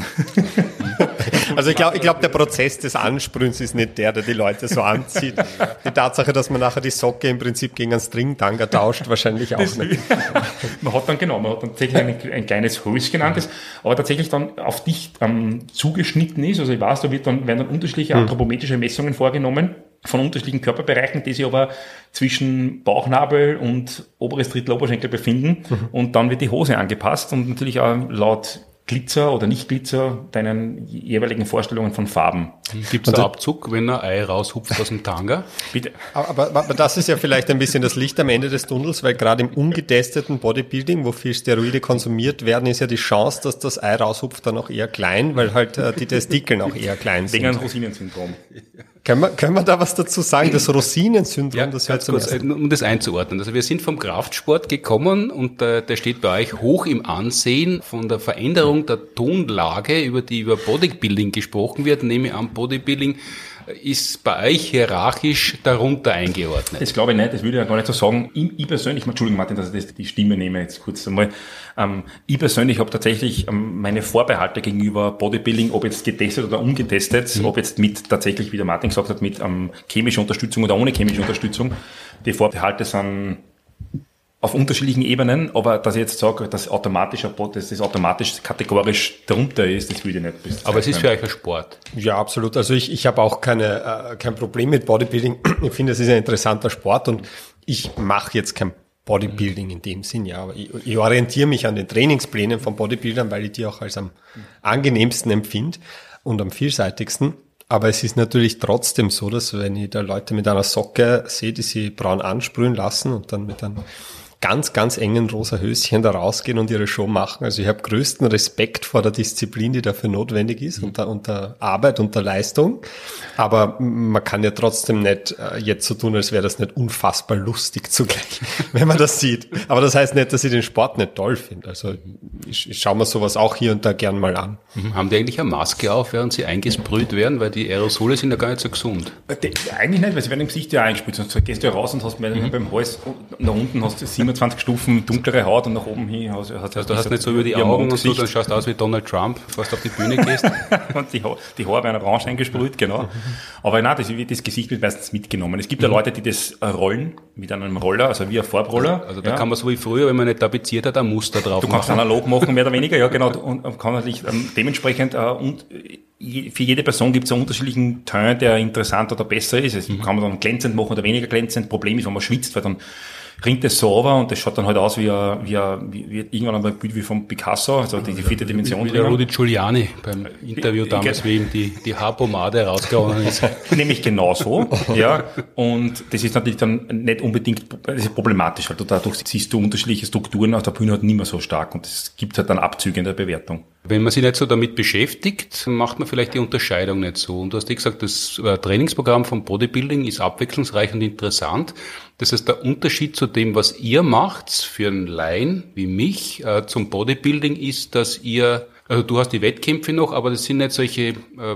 Also ich glaube, ich glaube, der Prozess des Ansprühens ist nicht der, der die Leute so anzieht. Die Tatsache, dass man nachher die Socke im Prinzip gegen einen Stringtanga tauscht, wahrscheinlich auch das nicht. Man hat dann genau, man hat dann tatsächlich ein, ein kleines Höschen an, das aber tatsächlich dann auf dich ähm, zugeschnitten ist. Also ich weiß, da wird dann, werden dann unterschiedliche anthropometrische Messungen vorgenommen von unterschiedlichen Körperbereichen, die sich aber zwischen Bauchnabel und oberes Drittel Oberschenkel befinden. Mhm. Und dann wird die Hose angepasst und natürlich auch laut Glitzer oder nicht Glitzer deinen jeweiligen Vorstellungen von Farben. Gibt es einen Abzug, wenn ein Ei raushupft aus dem Tanga? Bitte. Aber, aber das ist ja vielleicht ein bisschen das Licht am Ende des Tunnels, weil gerade im ungetesteten Bodybuilding, wo viel Steroide konsumiert werden, ist ja die Chance, dass das Ei raushupft, dann auch eher klein, weil halt äh, die Testikeln auch eher klein sind. Wegen einem Rosinensyndrom. Können wir, können wir da was dazu sagen? Das Rosinensyndrom, ja, das hört zum kurz, um das einzuordnen. Also wir sind vom Kraftsport gekommen und äh, der steht bei euch hoch im Ansehen von der Veränderung der Tonlage, über die über Bodybuilding gesprochen wird. Nehme an, Bodybuilding ist bei euch hierarchisch darunter eingeordnet. Das glaube ich nicht, das würde ich ja gar nicht so sagen. Ich, ich persönlich, Entschuldigung Martin, dass ich das, die Stimme nehme jetzt kurz einmal. Ähm, ich persönlich habe tatsächlich ähm, meine Vorbehalte gegenüber Bodybuilding, ob jetzt getestet oder ungetestet, mhm. ob jetzt mit tatsächlich, wie der Martin gesagt hat, mit ähm, chemischer Unterstützung oder ohne chemische Unterstützung. Die Vorbehalte sind auf unterschiedlichen Ebenen, aber dass ich jetzt sage, dass automatisch, dass das automatisch kategorisch drunter ist, das würde ich nicht bezeichnen. Aber es ist für euch ein Sport. Ja, absolut. Also ich, ich habe auch keine, äh, kein Problem mit Bodybuilding. Ich finde, es ist ein interessanter Sport und ich mache jetzt kein Bodybuilding in dem Sinn, ja. Aber ich, ich orientiere mich an den Trainingsplänen von Bodybuildern, weil ich die auch als am angenehmsten empfinde und am vielseitigsten. Aber es ist natürlich trotzdem so, dass wenn ich da Leute mit einer Socke sehe, die sie braun ansprühen lassen und dann mit einem ganz, ganz engen rosa Höschen da rausgehen und ihre Show machen. Also ich habe größten Respekt vor der Disziplin, die dafür notwendig ist, und der, und der Arbeit und der Leistung. Aber man kann ja trotzdem nicht äh, jetzt so tun, als wäre das nicht unfassbar lustig zugleich, wenn man das sieht. Aber das heißt nicht, dass ich den Sport nicht toll finde. Also ich, ich schaue mir sowas auch hier und da gern mal an. Mhm. Haben die eigentlich eine Maske auf, während sie eingesprüht werden? Weil die Aerosole sind ja gar nicht so gesund. Die, eigentlich nicht, weil sie werden im Gesicht ja eingesprüht. Sonst gehst du ja raus und hast mhm. beim Hals, nach unten hast du siebenundzwanzig Stufen dunklere Haut und nach oben hin hast, hast also du hast nicht so über die Augen und so, dann schaust du aus wie Donald Trump, bevor du auf die Bühne gehst. Und die, ha- die Haare werden orange eingesprüht, genau. Aber nein, das, das Gesicht wird meistens mitgenommen. Es gibt ja Leute, die das rollen mit einem Roller, also wie ein Farbroller. Also, also da ja. kann man so wie früher, wenn man nicht tapeziert hat, ein Muster drauf machen. Du kannst machen. Analog machen, mehr oder weniger, ja genau. Und kann natürlich ähm, dementsprechend äh, und je, für jede Person gibt es einen unterschiedlichen Teint, der interessant oder besser ist. Es mhm. kann man dann glänzend machen oder weniger glänzend. Problem ist, wenn man schwitzt, weil dann ringt es so runter und das schaut dann halt aus wie, ein, wie, ein, wie, wie irgendwann einmal ein Bild wie von Picasso, also die, die vierte Dimension. Wie der Rudi Giuliani beim Interview damals, wie ihm die, die Haarpomade rausgehauen ist. Nämlich genau so, ja. Und das ist natürlich dann nicht unbedingt, das ist problematisch, weil du dadurch siehst du unterschiedliche Strukturen auf der Bühne halt nicht mehr so stark und es gibt halt dann Abzüge in der Bewertung. Wenn man sich nicht so damit beschäftigt, macht man vielleicht die Unterscheidung nicht so. Und du hast eh gesagt, das Trainingsprogramm vom Bodybuilding ist abwechslungsreich und interessant. Das heißt, der Unterschied zu dem, was ihr macht, für einen Laien wie mich, äh, zum Bodybuilding ist, dass ihr Also du hast die Wettkämpfe noch, aber das sind nicht solche,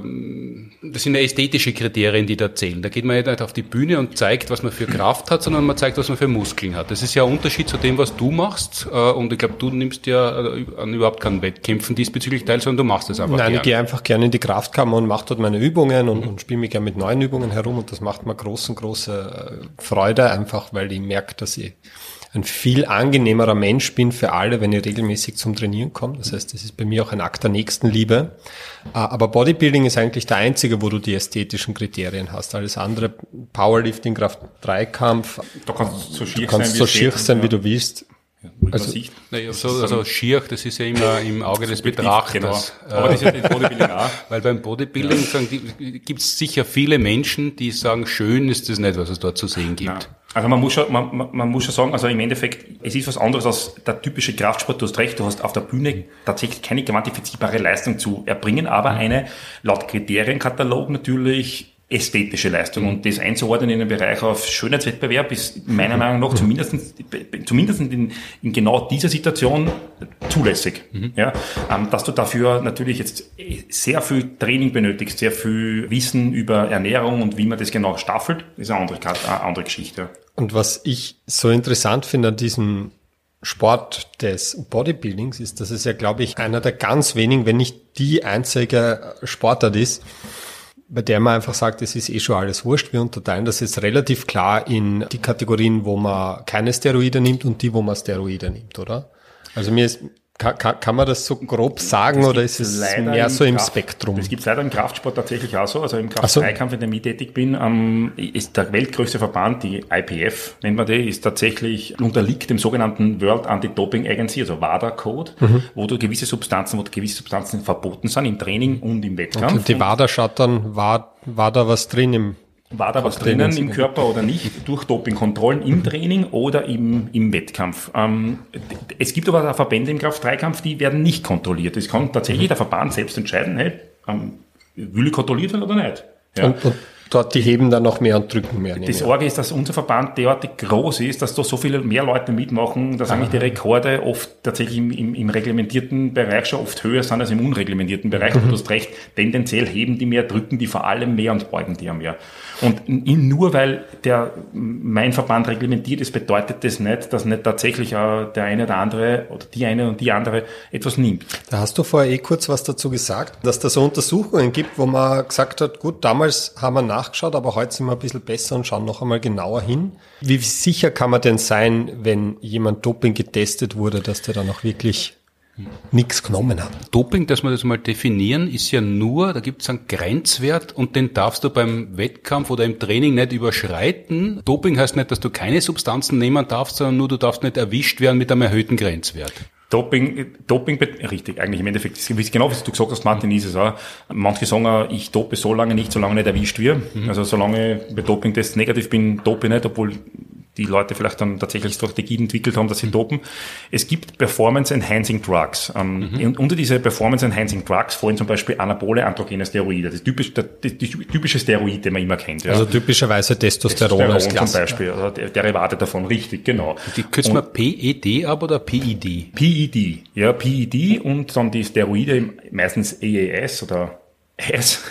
ähm, das sind ja ästhetische Kriterien, die da zählen. Da geht man nicht auf die Bühne und zeigt, was man für Kraft hat, sondern man zeigt, was man für Muskeln hat. Das ist ja ein Unterschied zu dem, was du machst. Äh, und ich glaube, du nimmst ja äh, an überhaupt keinen Wettkämpfen diesbezüglich teil, sondern du machst das einfach. Nein, gern. ich gehe einfach gerne in die Kraftkammer und mache dort meine Übungen und, mhm. und spiele mich gerne mit neuen Übungen herum und das macht mir großen, große Freude, einfach weil ich merke, dass ich ein viel angenehmerer Mensch bin für alle, wenn ich regelmäßig zum Trainieren komme. Das heißt, das ist bei mir auch ein Akt der Nächstenliebe. Aber Bodybuilding ist eigentlich der einzige, wo du die ästhetischen Kriterien hast. Alles andere, Powerlifting, Kraft-Dreikampf, da kannst du so schier du kannst sein, so schier sein, wie du willst. Also, naja, so, also schier, das ist ja immer im Auge des Betrachters. Genau. Aber das ist ja im Bodybuilding auch. Weil beim Bodybuilding ja. sagen, gibt es sicher viele Menschen, die sagen, schön ist das nicht, was es dort zu sehen gibt. Nein. Also man muss schon, man, man muss schon sagen, also im Endeffekt, es ist was anderes als der typische Kraftsport. Du hast recht, du hast auf der Bühne tatsächlich keine quantifizierbare Leistung zu erbringen, aber eine laut Kriterienkatalog natürlich ästhetische Leistung. Und das einzuordnen in einen Bereich auf Schönheitswettbewerb ist meiner Meinung nach zumindest, zumindest in, in genau dieser Situation zulässig. Mhm. Ja, ähm, dass du dafür natürlich jetzt sehr viel Training benötigst, sehr viel Wissen über Ernährung und wie man das genau staffelt, ist eine andere, eine andere Geschichte. Und was ich so interessant finde an diesem Sport des Bodybuildings ist, dass es ja, glaube ich, einer der ganz wenigen, wenn nicht die einzige Sportart ist, bei der man einfach sagt, es ist eh schon alles wurscht. Wir unterteilen das jetzt relativ klar in die Kategorien, wo man keine Steroide nimmt und die, wo man Steroide nimmt, oder? Also mir ist, kann, kann, kann man das so grob sagen oder ist es mehr so im Kraft, Spektrum? Das gibt es leider im Kraftsport tatsächlich auch so. Also im Kraft-Dreikampf, in dem ich tätig bin, ähm, ist der weltgrößte Verband, die I P F, nennt man die, ist tatsächlich, unterliegt dem sogenannten World Anti-Doping Agency, also WADA-Code, mhm. wo du gewisse Substanzen, wo gewisse Substanzen verboten sind im Training und im Wettkampf. Und die WADA schaut dann, war, war da was drin im War da was drinnen im Körper oder nicht, durch Dopingkontrollen im Training oder im, im Wettkampf. Ähm, es gibt aber auch Verbände im Kraft-Dreikampf, die werden nicht kontrolliert. Es kann tatsächlich der Verband selbst entscheiden, hey, ähm, will ich kontrolliert werden oder nicht. Ja. Und, und dort die heben dann noch mehr und drücken mehr. Das Orge ist, dass unser Verband derartig groß ist, dass da so viele mehr Leute mitmachen, dass eigentlich die Rekorde oft tatsächlich im, im, im reglementierten Bereich schon oft höher sind als im unreglementierten Bereich. Mhm. Du hast recht, tendenziell heben die mehr, drücken die vor allem mehr und beugen die mehr. Und nur weil der mein Verband reglementiert ist, bedeutet das nicht, dass nicht tatsächlich auch der eine oder andere oder die eine und die andere etwas nimmt. Da hast du vorher eh kurz was dazu gesagt, dass da so Untersuchungen gibt, wo man gesagt hat, gut, damals haben wir nachgeschaut, aber heute sind wir ein bisschen besser und schauen noch einmal genauer hin. Wie sicher kann man denn sein, wenn jemand Doping getestet wurde, dass der dann auch wirklich nichts genommen hat? Doping, dass wir das mal definieren, ist ja nur, da gibt es einen Grenzwert und den darfst du beim Wettkampf oder im Training nicht überschreiten. Doping heißt nicht, dass du keine Substanzen nehmen darfst, sondern nur, du darfst nicht erwischt werden mit einem erhöhten Grenzwert. Doping, Doping, richtig, eigentlich im Endeffekt, genau wie du gesagt hast, Martin, ist es auch. Manche sagen auch, ich dope so lange nicht, solange nicht erwischt wird. Mhm. Also solange bei Dopingtests negativ bin, dope ich nicht, obwohl die Leute vielleicht dann tatsächlich Strategien entwickelt haben, dass sie dopen. Es gibt Performance-Enhancing Drugs. Ähm, mhm. Unter diese Performance-Enhancing Drugs fallen zum Beispiel anabole androgene Steroide. Das typisch, das, das, das typische Steroid, den man immer kennt. Ja. Also typischerweise Testosteron, Testosteron als Klasse, zum Beispiel. Also der Derivate davon, richtig, genau. Die kürzen wir P E D ab oder P I D? P I D, ja, P I D und dann die Steroide, meistens A A S oder S.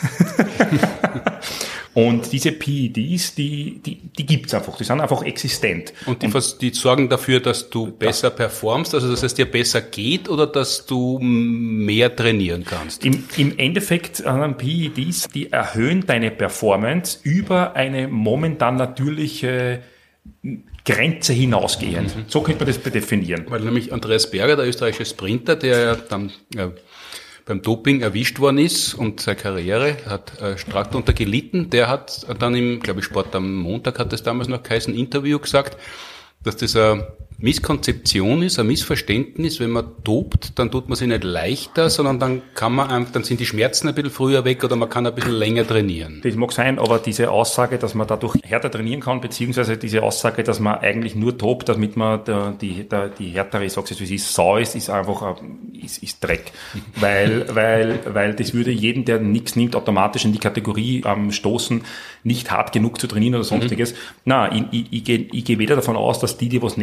Und diese P I Ds, die, die, die gibt's einfach. Die sind einfach existent. Und die, und die sorgen dafür, dass du besser performst, also dass es dir besser geht oder dass du mehr trainieren kannst? Im, im Endeffekt, äh, P I Ds, die erhöhen deine Performance über eine momentan natürliche Grenze hinausgehend. Mhm. So könnte man das definieren. Weil nämlich Andreas Berger, der österreichische Sprinter, der dann ja, beim Doping erwischt worden ist und seine Karriere hat äh, stark darunter gelitten, der hat dann im, glaube ich, Sport am Montag hat das damals noch geheißen, Interview gesagt, dass das eine Misskonzeption ist, ein Missverständnis. Wenn man dopt, dann tut man sich nicht leichter, sondern dann kann man einfach, dann sind die Schmerzen ein bisschen früher weg oder man kann ein bisschen länger trainieren. Das mag sein, aber diese Aussage, dass man dadurch härter trainieren kann, beziehungsweise diese Aussage, dass man eigentlich nur dopt, damit man der, die, der, die härtere, ich sag's jetzt, wie es ist, Sau ist, ist einfach, ist, ist Dreck. weil, weil, weil das würde jeden, der nichts nimmt, automatisch in die Kategorie ähm, stoßen, nicht hart genug zu trainieren oder sonstiges. Mhm. Na, ich, ich, ich gehe ich geh weder davon aus, dass die, die was nehmen, härter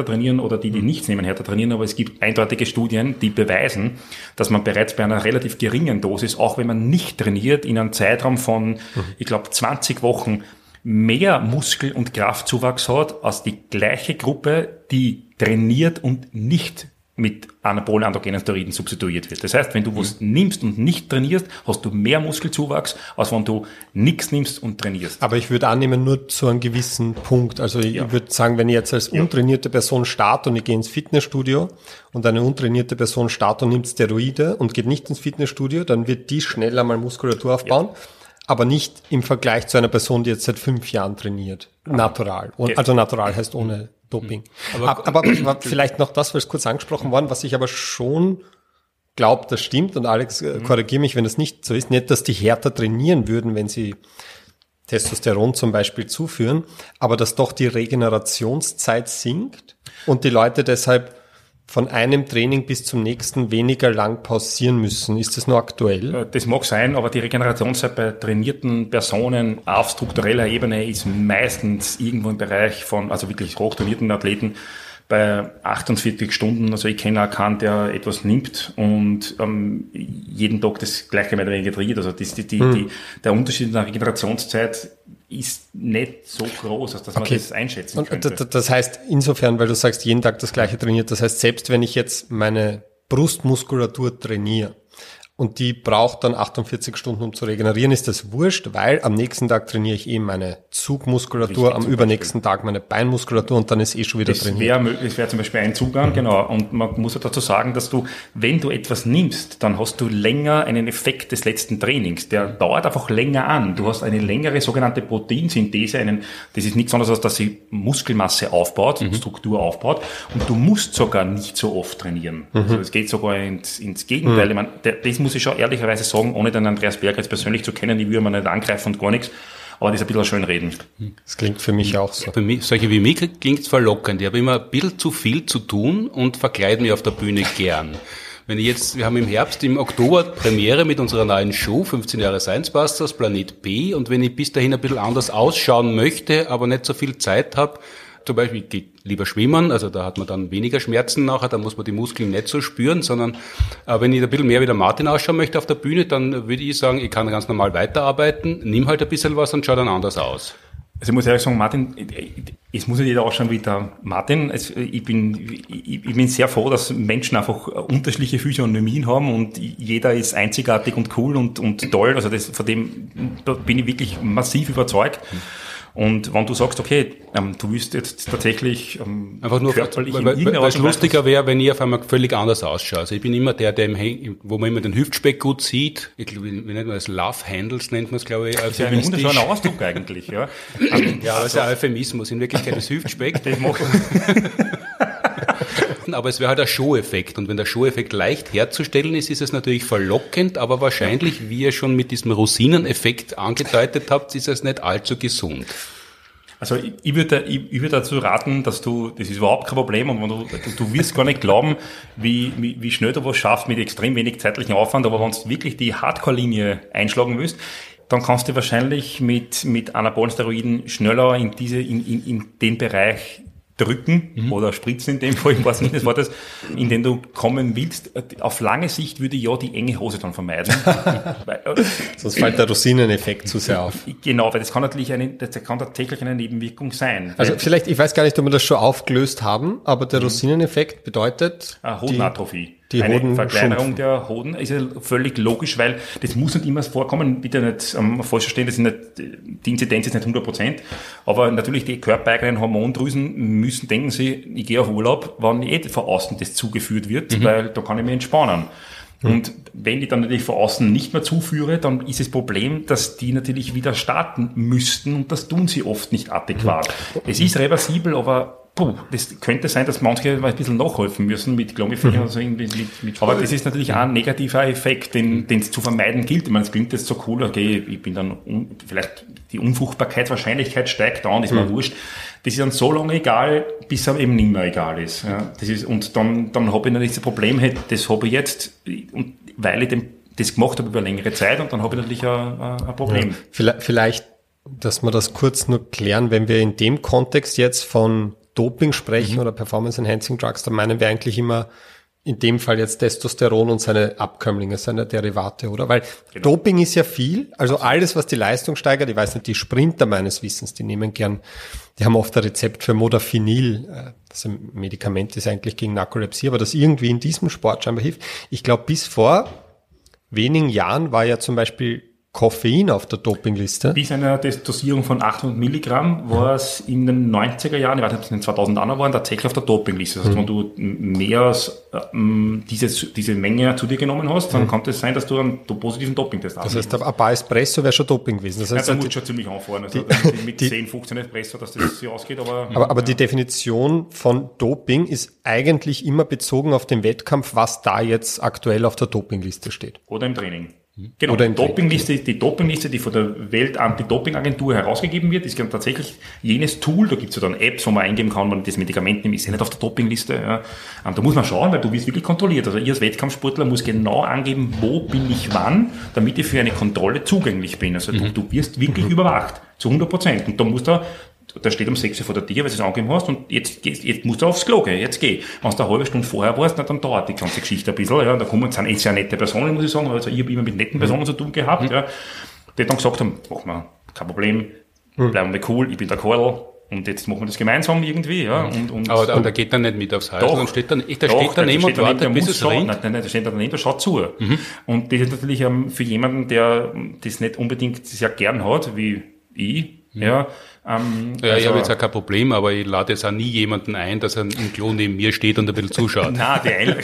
härter trainieren oder die, die nichts nehmen, härter trainieren, aber es gibt eindeutige Studien, die beweisen, dass man bereits bei einer relativ geringen Dosis, auch wenn man nicht trainiert, in einem Zeitraum von, mhm. ich glaube, zwanzig Wochen mehr Muskel- und Kraftzuwachs hat als die gleiche Gruppe, die trainiert und nicht mit anabolen androgenen Steroiden substituiert wird. Das heißt, wenn du was mhm. nimmst und nicht trainierst, hast du mehr Muskelzuwachs, als wenn du nichts nimmst und trainierst. Aber ich würde annehmen, nur zu einem gewissen Punkt. Also ich ja. würde sagen, wenn ich jetzt als ja. untrainierte Person starte und ich gehe ins Fitnessstudio und eine untrainierte Person startet und nimmt Steroide und geht nicht ins Fitnessstudio, dann wird die schneller mal Muskulatur aufbauen. Ja. Aber nicht im Vergleich zu einer Person, die jetzt seit fünf Jahren trainiert. Natural. Und, also natural heißt ohne Doping. Aber, aber, aber vielleicht noch das, weil es kurz angesprochen worden, was ich aber schon glaube, das stimmt. Und Alex, äh, korrigiere mich, wenn das nicht so ist. Nicht, dass die härter trainieren würden, wenn sie Testosteron zum Beispiel zuführen, aber dass doch die Regenerationszeit sinkt und die Leute deshalb von einem Training bis zum nächsten weniger lang pausieren müssen. Ist das nur aktuell? Das mag sein, aber die Regenerationszeit bei trainierten Personen auf struktureller Ebene ist meistens irgendwo im Bereich von, also wirklich hochtrainierten Athleten, bei achtundvierzig Stunden. Also ich kenne auch keinen, der etwas nimmt und ähm, jeden Tag das gleiche mehr oder weniger trainiert. Also das, die, die, hm. die, der Unterschied in der Regenerationszeit ist nicht so groß, als dass man okay. das einschätzen und könnte. Das heißt, insofern, weil du sagst, jeden Tag das Gleiche trainiert, das heißt, selbst wenn ich jetzt meine Brustmuskulatur trainiere und die braucht dann achtundvierzig Stunden, um zu regenerieren, ist das wurscht, weil am nächsten Tag trainiere ich eh meine Zugmuskulatur, Richtig, am übernächsten Beispiel. Tag meine Beinmuskulatur und dann ist eh schon wieder das trainiert. Wär möglich, das wäre zum Beispiel ein Zugang, mhm. genau. Und man muss dazu sagen, dass du, wenn du etwas nimmst, dann hast du länger einen Effekt des letzten Trainings. Der mhm. dauert einfach länger an. Du hast eine längere sogenannte Proteinsynthese, einen, das ist nichts anderes, als dass sie Muskelmasse aufbaut, mhm. Struktur aufbaut. Und du musst sogar nicht so oft trainieren. Mhm. Also es geht sogar ins, ins Gegenteil. Mhm. Ich meine, der, das muss ich schon ehrlicherweise sagen, ohne den Andreas Berg jetzt persönlich zu kennen, die würde man nicht angreifen und gar nichts, aber das ist ein bisschen schön reden. Das klingt für mich auch so. Für mich, solche wie mich klingt es verlockend. Ich habe immer ein bisschen zu viel zu tun und verkleide mich auf der Bühne gern. Wenn ich jetzt, wir haben im Herbst, im Oktober Premiere mit unserer neuen Show, fünfzehn Jahre Science Busters, Planet B, und wenn ich bis dahin ein bisschen anders ausschauen möchte, aber nicht so viel Zeit habe, zum Beispiel, ich gehe lieber schwimmen, also da hat man dann weniger Schmerzen nachher, da muss man die Muskeln nicht so spüren, sondern äh, wenn ich ein bisschen mehr wie der Martin ausschauen möchte auf der Bühne, dann würde ich sagen, ich kann ganz normal weiterarbeiten, nimm halt ein bisschen was und schau dann anders aus. Also ich muss ehrlich sagen, Martin, es muss nicht jeder ausschauen wie der Martin. Also ich bin, ich bin sehr froh, dass Menschen einfach unterschiedliche Physiognomien haben und jeder ist einzigartig und cool und, und toll. Also das, von dem bin ich wirklich massiv überzeugt. Und wenn du sagst, okay, ähm, du willst jetzt tatsächlich ähm, einfach nur, körperlich weil, weil, weil es lustiger wäre, wenn ich auf einmal völlig anders ausschaue. Also ich bin immer der, der im, wo man immer den Hüftspeck gut sieht. Ich glaube, wie nennt man das? Love Handles nennt man es, glaube ich. Das ist ja ein wunderschöner Ausdruck eigentlich, ja. Ja, das ist ein Euphemismus. In Wirklichkeit das Hüftspeck. Das macht aber es wäre halt ein Show-Effekt. Und wenn der Show-Effekt leicht herzustellen ist, ist es natürlich verlockend, aber wahrscheinlich, wie ihr schon mit diesem Rosineneffekt angedeutet habt, ist es nicht allzu gesund. Also ich, ich würde ich, ich würde dazu raten, dass du, das ist überhaupt kein Problem, und wenn du, du wirst gar nicht glauben, wie, wie, wie schnell du was schaffst mit extrem wenig zeitlichen Aufwand, aber wenn du wirklich die Hardcore-Linie einschlagen willst, dann kannst du wahrscheinlich mit, mit anabolen Steroiden schneller in diese, in, in, in den Bereich drücken mhm. oder spritzen in dem Fall, im wahrsten Sinne des Wortes, in den du kommen willst. Auf lange Sicht würde ich ja die enge Hose dann vermeiden. weil, Sonst fällt der Rosineneffekt zu sehr auf. Genau, weil das kann natürlich eine, das kann tatsächlich eine Nebenwirkung sein. Also vielleicht, ich weiß gar nicht, ob wir das schon aufgelöst haben, aber der Rosineneffekt bedeutet Hodenatrophie. Die eine Hoden Verkleinerung schrumpfen. Der Hoden ist ja völlig logisch, weil das muss nicht immer vorkommen. Bitte nicht ähm, falsch verstehen, das ist nicht, die Inzidenz ist nicht hundert Prozent. Aber natürlich die körpereigenen Hormondrüsen müssen denken sie, ich gehe auf Urlaub, wann eh von außen das zugeführt wird, mhm. weil da kann ich mich entspannen. Mhm. Und wenn ich dann natürlich von außen nicht mehr zuführe, dann ist das Problem, dass die natürlich wieder starten müssten und das tun sie oft nicht adäquat. Mhm. Es ist reversibel, aber puh, das könnte sein, dass manche mal ein bisschen nachhelfen müssen mit Glomifänger oder so. Mit, mit, aber das ist natürlich auch ein negativer Effekt, den den es zu vermeiden gilt. Ich meine, es klingt jetzt so cool, okay, ich bin dann, un, vielleicht die Unfruchtbarkeitswahrscheinlichkeit steigt an, ist mir mhm. wurscht. Das ist dann so lange egal, bis es eben nicht mehr egal ist. Ja, das ist, und dann, dann habe ich natürlich das Problem, das habe ich jetzt, und weil ich dem, das gemacht habe über längere Zeit, und dann habe ich natürlich ein, ein Problem. Ja, vielleicht, vielleicht, dass wir das kurz nur klären, wenn wir in dem Kontext jetzt von Doping sprechen mhm. oder Performance-Enhancing Drugs, dann meinen wir eigentlich immer in dem Fall jetzt Testosteron und seine Abkömmlinge, seine Derivate, oder? Weil genau. Doping ist ja viel, also alles, was die Leistung steigert, ich weiß nicht, die Sprinter meines Wissens, die nehmen gern, die haben oft ein Rezept für Modafinil, das ein Medikament ist eigentlich gegen Narkolepsie, aber das irgendwie in diesem Sport scheinbar hilft. Ich glaube, bis vor wenigen Jahren war ja zum Beispiel Koffein auf der Dopingliste. Bis einer Dosierung von achthundert Milligramm war es in den neunziger Jahren, ich weiß nicht, ob es in den zweitausendern waren, tatsächlich auf der Dopingliste. Das heißt, wenn du mehr als ähm, diese, diese Menge zu dir genommen hast, dann mhm. kann es sein, dass du einen positiven Dopingtest hast. Das heißt, ein paar Espresso wäre schon Doping gewesen. Das heißt, ja, da muss die, schon ziemlich anfahren. Also die, mit die, zehn, fünfzehn Espresso, dass das sich ausgeht. Aber, aber, aber ja. die Definition von Doping ist eigentlich immer bezogen auf den Wettkampf, was da jetzt aktuell auf der Dopingliste steht. Oder im Training. Genau, Oder die Dopingliste, die Dopingliste, die von der Welt-Anti-Doping-Agentur herausgegeben wird, ist tatsächlich jenes Tool, da gibt es ja dann Apps, wo man eingeben kann, wenn das Medikament nimmt, ist ja nicht auf der Dopingliste. Ja. Da muss man schauen, weil du wirst wirklich kontrolliert. Also ich als Wettkampfsportler muss genau angeben, wo bin ich wann, damit ich für eine Kontrolle zugänglich bin. Also mhm. du, du wirst wirklich mhm. überwacht, zu hundert Prozent. Und da musst du da steht um sechs Uhr vor der Tür, weil du es angegeben hast, und jetzt, jetzt, jetzt musst du aufs Klo gehen, jetzt geh. Wenn du eine halbe Stunde vorher warst, dann dauert die ganze Geschichte ein bisschen, ja, da kommen, sind jetzt ja nette Personen, muss ich sagen, also ich habe immer mit netten Personen zu tun gehabt, mhm. ja, die dann gesagt haben, machen wir, kein Problem, bleiben wir cool, ich bin der Karl, und jetzt machen wir das gemeinsam irgendwie, ja, und, und. Aber da, und da geht dann nicht mit aufs Haus, doch, dann steht dann, da steht daneben und wartet, bis es rennt. Nein, nein, da steht daneben, da schaut zu. Mhm. Und das ist natürlich ähm, für jemanden, der das nicht unbedingt sehr gern hat, wie ich, mhm. ja, Ähm, ja, also, ich habe jetzt auch kein Problem, aber ich lade jetzt auch nie jemanden ein, dass er im Klo neben mir steht und ein bisschen zuschaut. Nein, die Ein-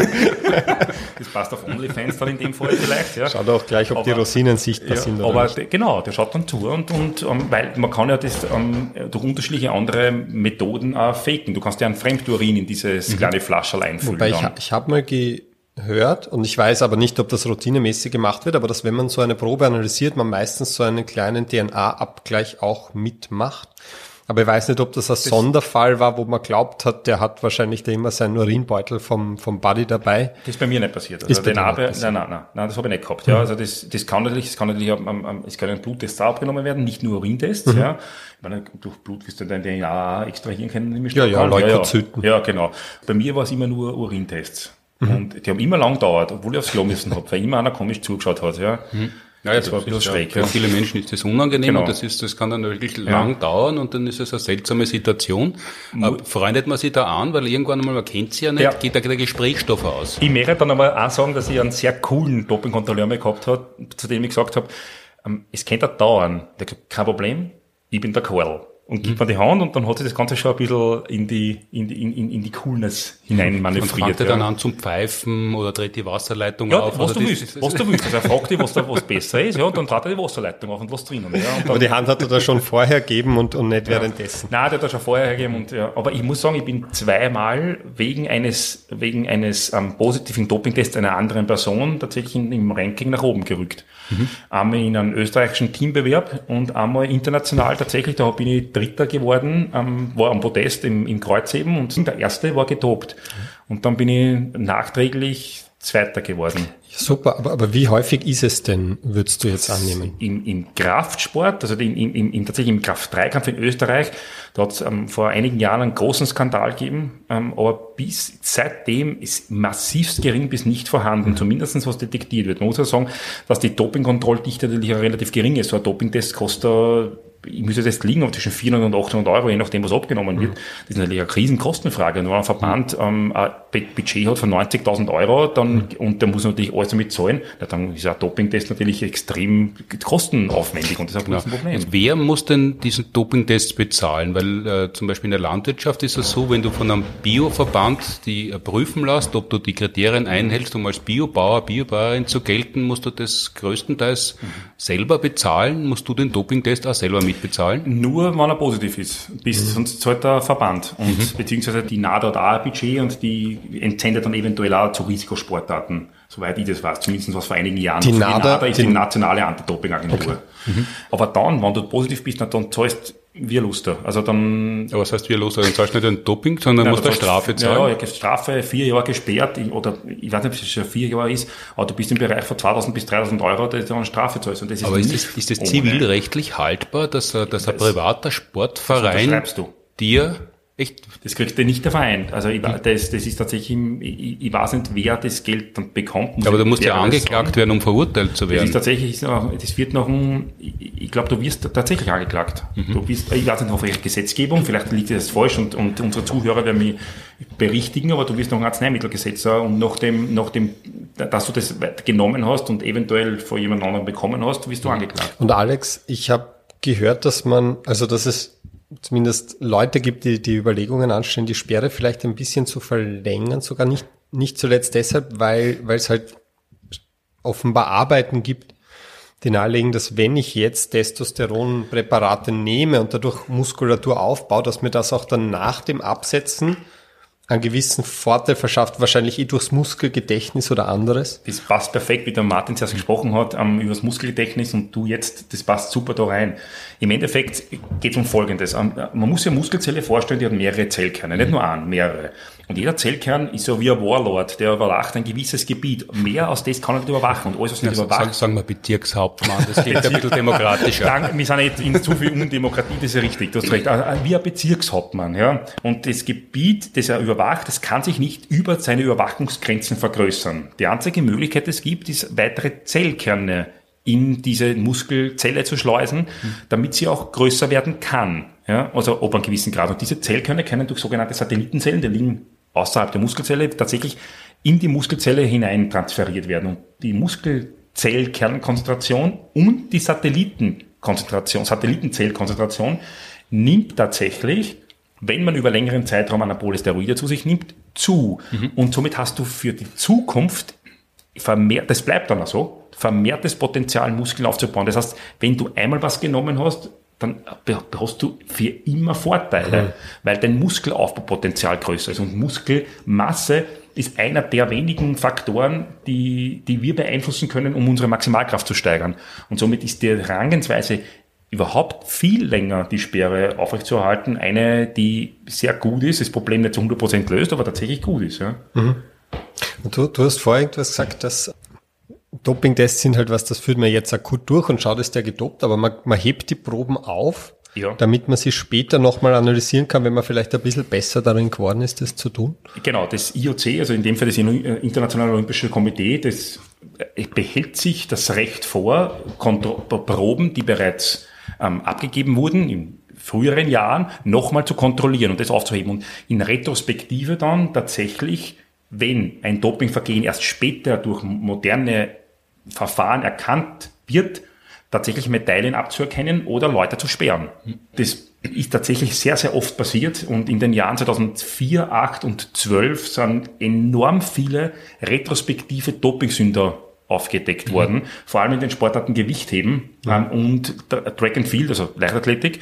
das passt auf OnlyFans dann in dem Fall vielleicht. Ja. Schaut auch gleich, ob aber, die Rosinen sichtbar ja, sind. Oder aber nicht. Genau, der schaut dann zu und, und um, weil man kann ja das um, durch unterschiedliche andere Methoden uh, faken. Du kannst ja einen Fremdurin in dieses mhm. kleine Flascherl einfüllen. Wobei dann. ich, ich habe mal ge hört, und ich weiß aber nicht, ob das routinemäßig gemacht wird, aber dass, wenn man so eine Probe analysiert, man meistens so einen kleinen D N A-Abgleich auch mitmacht. Aber ich weiß nicht, ob das ein das Sonderfall war, wo man glaubt hat, der hat wahrscheinlich da immer seinen Urinbeutel vom, vom Buddy dabei. Das ist bei mir nicht passiert. Also ist bei dir nicht passiert? Nein, nein, nein, nein, das habe ich nicht gehabt. Ja, also das, das kann natürlich, es kann natürlich, es kann ein Bluttest abgenommen werden, nicht nur Urintests, mhm. ja. Ich meine, durch Blut wirst du dein D N A extrahieren können. Ja, ja, Leukozyten. Ja, ja, genau. Bei mir war es immer nur Urintests. Mhm. Und die haben immer lang gedauert, obwohl ich aufs Klo müssen habe, weil immer einer komisch zugeschaut hat, ja. Mhm. Ja, das, das war ein bisschen schräg. Für ja. viele Menschen ist das unangenehm, genau. und das ist, das kann dann wirklich ja. lang dauern, und dann ist es eine seltsame Situation. Mhm. Freundet man sich da an, weil irgendwann einmal, man kennt sie ja nicht, ja. geht da der Gesprächsstoff aus. Ich möchte dann aber auch sagen, dass ich einen sehr coolen Dopingkontrolleur mal gehabt habe, zu dem ich gesagt habe, es könnte dauern. Der hat kein Problem, ich bin der Karl. Und gibt man die Hand, und dann hat sich das Ganze schon ein bisschen in die, in die, in, in die Coolness hinein manövriert. Und fängt er dann an zum Pfeifen oder dreht die Wasserleitung ja, auf? Was du willst, was du willst. Also er fragt dich, was da, was besser ist, ja, und dann dreht er die Wasserleitung auf und was drinnen. Ja, und dann, aber die Hand hat er da schon vorher gegeben und, und nicht ja. währenddessen. Nein, der hat er schon vorher gegeben, und, ja. Aber ich muss sagen, ich bin zweimal wegen eines, wegen eines, ähm, positiven Dopingtests einer anderen Person tatsächlich in, im Ranking nach oben gerückt. Mhm. Einmal in einem österreichischen Teambewerb und einmal international tatsächlich, da bin ich Dritter geworden, ähm, war am Podest im, im Kreuzheben, und der Erste war gedopt. Mhm. Und dann bin ich nachträglich Zweiter geworden. Super, aber, aber wie häufig ist es denn, würdest du jetzt annehmen? Im, im Kraftsport, also in, in, in, tatsächlich im Kraft-Dreikampf in Österreich, da hat es ähm, vor einigen Jahren einen großen Skandal gegeben, ähm, aber bis seitdem ist massivst gering bis nicht vorhanden, mhm. zumindest was detektiert wird. Man muss ja sagen, dass die Dopingkontrolldichte natürlich auch relativ gering ist. So ein Dopingtest kostet, ich müsste jetzt liegen auf zwischen vierhundert und achthundert Euro, je nachdem, was abgenommen wird. Das ist natürlich eine Riesenkostenfrage. Und wenn ein Verband ähm, ein Budget hat von neunzigtausend Euro, dann, mhm. und der muss natürlich alles damit zahlen, ja, dann ist ein Dopingtest natürlich extrem kostenaufwendig, und das ist ein großes Problem. Und wer muss denn diesen Dopingtest bezahlen? Weil äh, zum Beispiel in der Landwirtschaft ist es so, wenn du von einem Bioverband die äh, prüfen lässt, ob du die Kriterien einhältst, um als Biobauer, Biobauerin zu gelten, musst du das größtenteils mhm. selber bezahlen. Musst du den Dopingtest auch selber mitbezahlen? Nur, wenn er positiv ist. Bis, mhm. sonst zahlt der Verband. Und mhm. beziehungsweise die NADA hat auch ein Budget, und die entsendet dann eventuell auch zu Risikosportarten, soweit ich das weiß, zumindest was vor einigen Jahren. Die NADA, die NADA ist die, die nationale Anti-Doping-Agentur. Okay. Mhm. Aber dann, wenn du positiv bist, dann zahlst wie ein Luster. Also dann. Aber was heißt wie ein Luster? Dann zahlst du nicht den Doping, sondern musst du eine Strafe zahlen. Ja, Strafe, vier Jahre gesperrt, oder ich weiß nicht, ob es schon vier Jahre ist, aber du bist im Bereich von zweitausend bis dreitausend Euro, da ist eine Strafe zahlst. Und das ist aber ist das, ist das zivilrechtlich haltbar, dass, dass ein privater Sportverein das dir Echt? Das kriegt ja nicht der Verein. Also ich, das, das ist tatsächlich, ich, ich weiß nicht, wer das Geld dann bekommt. Aber du musst ja angeklagt werden, um verurteilt zu werden. Das ist tatsächlich, das wird noch ein, ich glaube, du wirst tatsächlich angeklagt. Mhm. Du bist, ich weiß nicht, auf welche Gesetzgebung, vielleicht liegt das falsch und, und unsere Zuhörer werden mich berichtigen, aber du wirst noch ein Arzneimittelgesetz und nach dem, nach dem, dass du das genommen hast und eventuell von jemand anderem bekommen hast, wirst du angeklagt. Und Alex, ich habe gehört, dass man, also dass es zumindest Leute gibt, die die Überlegungen anstellen, die Sperre vielleicht ein bisschen zu verlängern, sogar nicht nicht zuletzt deshalb, weil weil es halt offenbar Arbeiten gibt, die nahelegen, dass wenn ich jetzt Testosteronpräparate nehme und dadurch Muskulatur aufbaue, dass mir das auch dann nach dem Absetzen einen gewissen Vorteil verschafft, wahrscheinlich eh durchs Muskelgedächtnis oder anderes. Das passt perfekt, wie der Martin zuerst gesprochen hat, um, über das Muskelgedächtnis und du jetzt, das passt super da rein. Im Endeffekt geht es um Folgendes. Um, man muss sich eine Muskelzelle vorstellen, die hat mehrere Zellkerne, nicht nur einen, mehrere. Und jeder Zellkern ist so wie ein Warlord, der überwacht ein gewisses Gebiet. Mehr als das kann er nicht überwachen. Und alles, was nicht ja, überwacht... Sagen, sagen wir Bezirkshauptmann, das klingt ein bisschen demokratischer. Danke, wir sind nicht in zu viel Undemokratie, das ist ja richtig, du hast recht. Also, wie ein Bezirkshauptmann, ja. Und das Gebiet, das er überwacht, das kann sich nicht über seine Überwachungsgrenzen vergrößern. Die einzige Möglichkeit, die es gibt, ist, weitere Zellkerne in diese Muskelzelle zu schleusen, damit sie auch größer werden kann. Ja, also ob einen gewissen Grad. Und diese Zellkerne können durch sogenannte Satellitenzellen, die liegen außerhalb der Muskelzelle, tatsächlich in die Muskelzelle hinein transferiert werden. Und die Muskelzellkernkonzentration und die Satellitenkonzentration, Satellitenzellkonzentration nimmt tatsächlich, wenn man über längeren Zeitraum anabole Steroide zu sich nimmt, zu. Mhm. Und somit hast du für die Zukunft vermehrt, das bleibt dann auch so, vermehrtes Potenzial, Muskeln aufzubauen. Das heißt, wenn du einmal was genommen hast, dann hast du für immer Vorteile, mhm. weil dein Muskelaufbaupotenzial größer ist. Und Muskelmasse ist einer der wenigen Faktoren, die, die wir beeinflussen können, um unsere Maximalkraft zu steigern. Und somit ist die Herangehensweise überhaupt viel länger, die Sperre aufrechtzuerhalten, eine, die sehr gut ist, das Problem nicht zu hundert Prozent löst, aber tatsächlich gut ist. Ja. Mhm. Und du, du hast vorher irgendwas gesagt, dass Dopingtests sind halt was, das führt man jetzt akut durch und schaut, ist der gedopt, aber man, man hebt die Proben auf, ja, damit man sie später nochmal analysieren kann, wenn man vielleicht ein bisschen besser darin geworden ist, das zu tun? Genau, das I O C, also in dem Fall das Internationale Olympische Komitee, das behält sich das Recht vor, Kontro- Proben, die bereits ähm, abgegeben wurden, in früheren Jahren, nochmal zu kontrollieren und das aufzuheben. Und in Retrospektive dann tatsächlich, wenn ein Dopingvergehen erst später durch moderne Verfahren erkannt wird, tatsächlich Medaillen abzuerkennen oder Leute zu sperren. Das ist tatsächlich sehr, sehr oft passiert und in den Jahren zweitausendvier, acht und zwölf sind enorm viele retrospektive Dopingsünder aufgedeckt mhm. worden, vor allem in den Sportarten Gewichtheben mhm. und Track and Field, also Leichtathletik.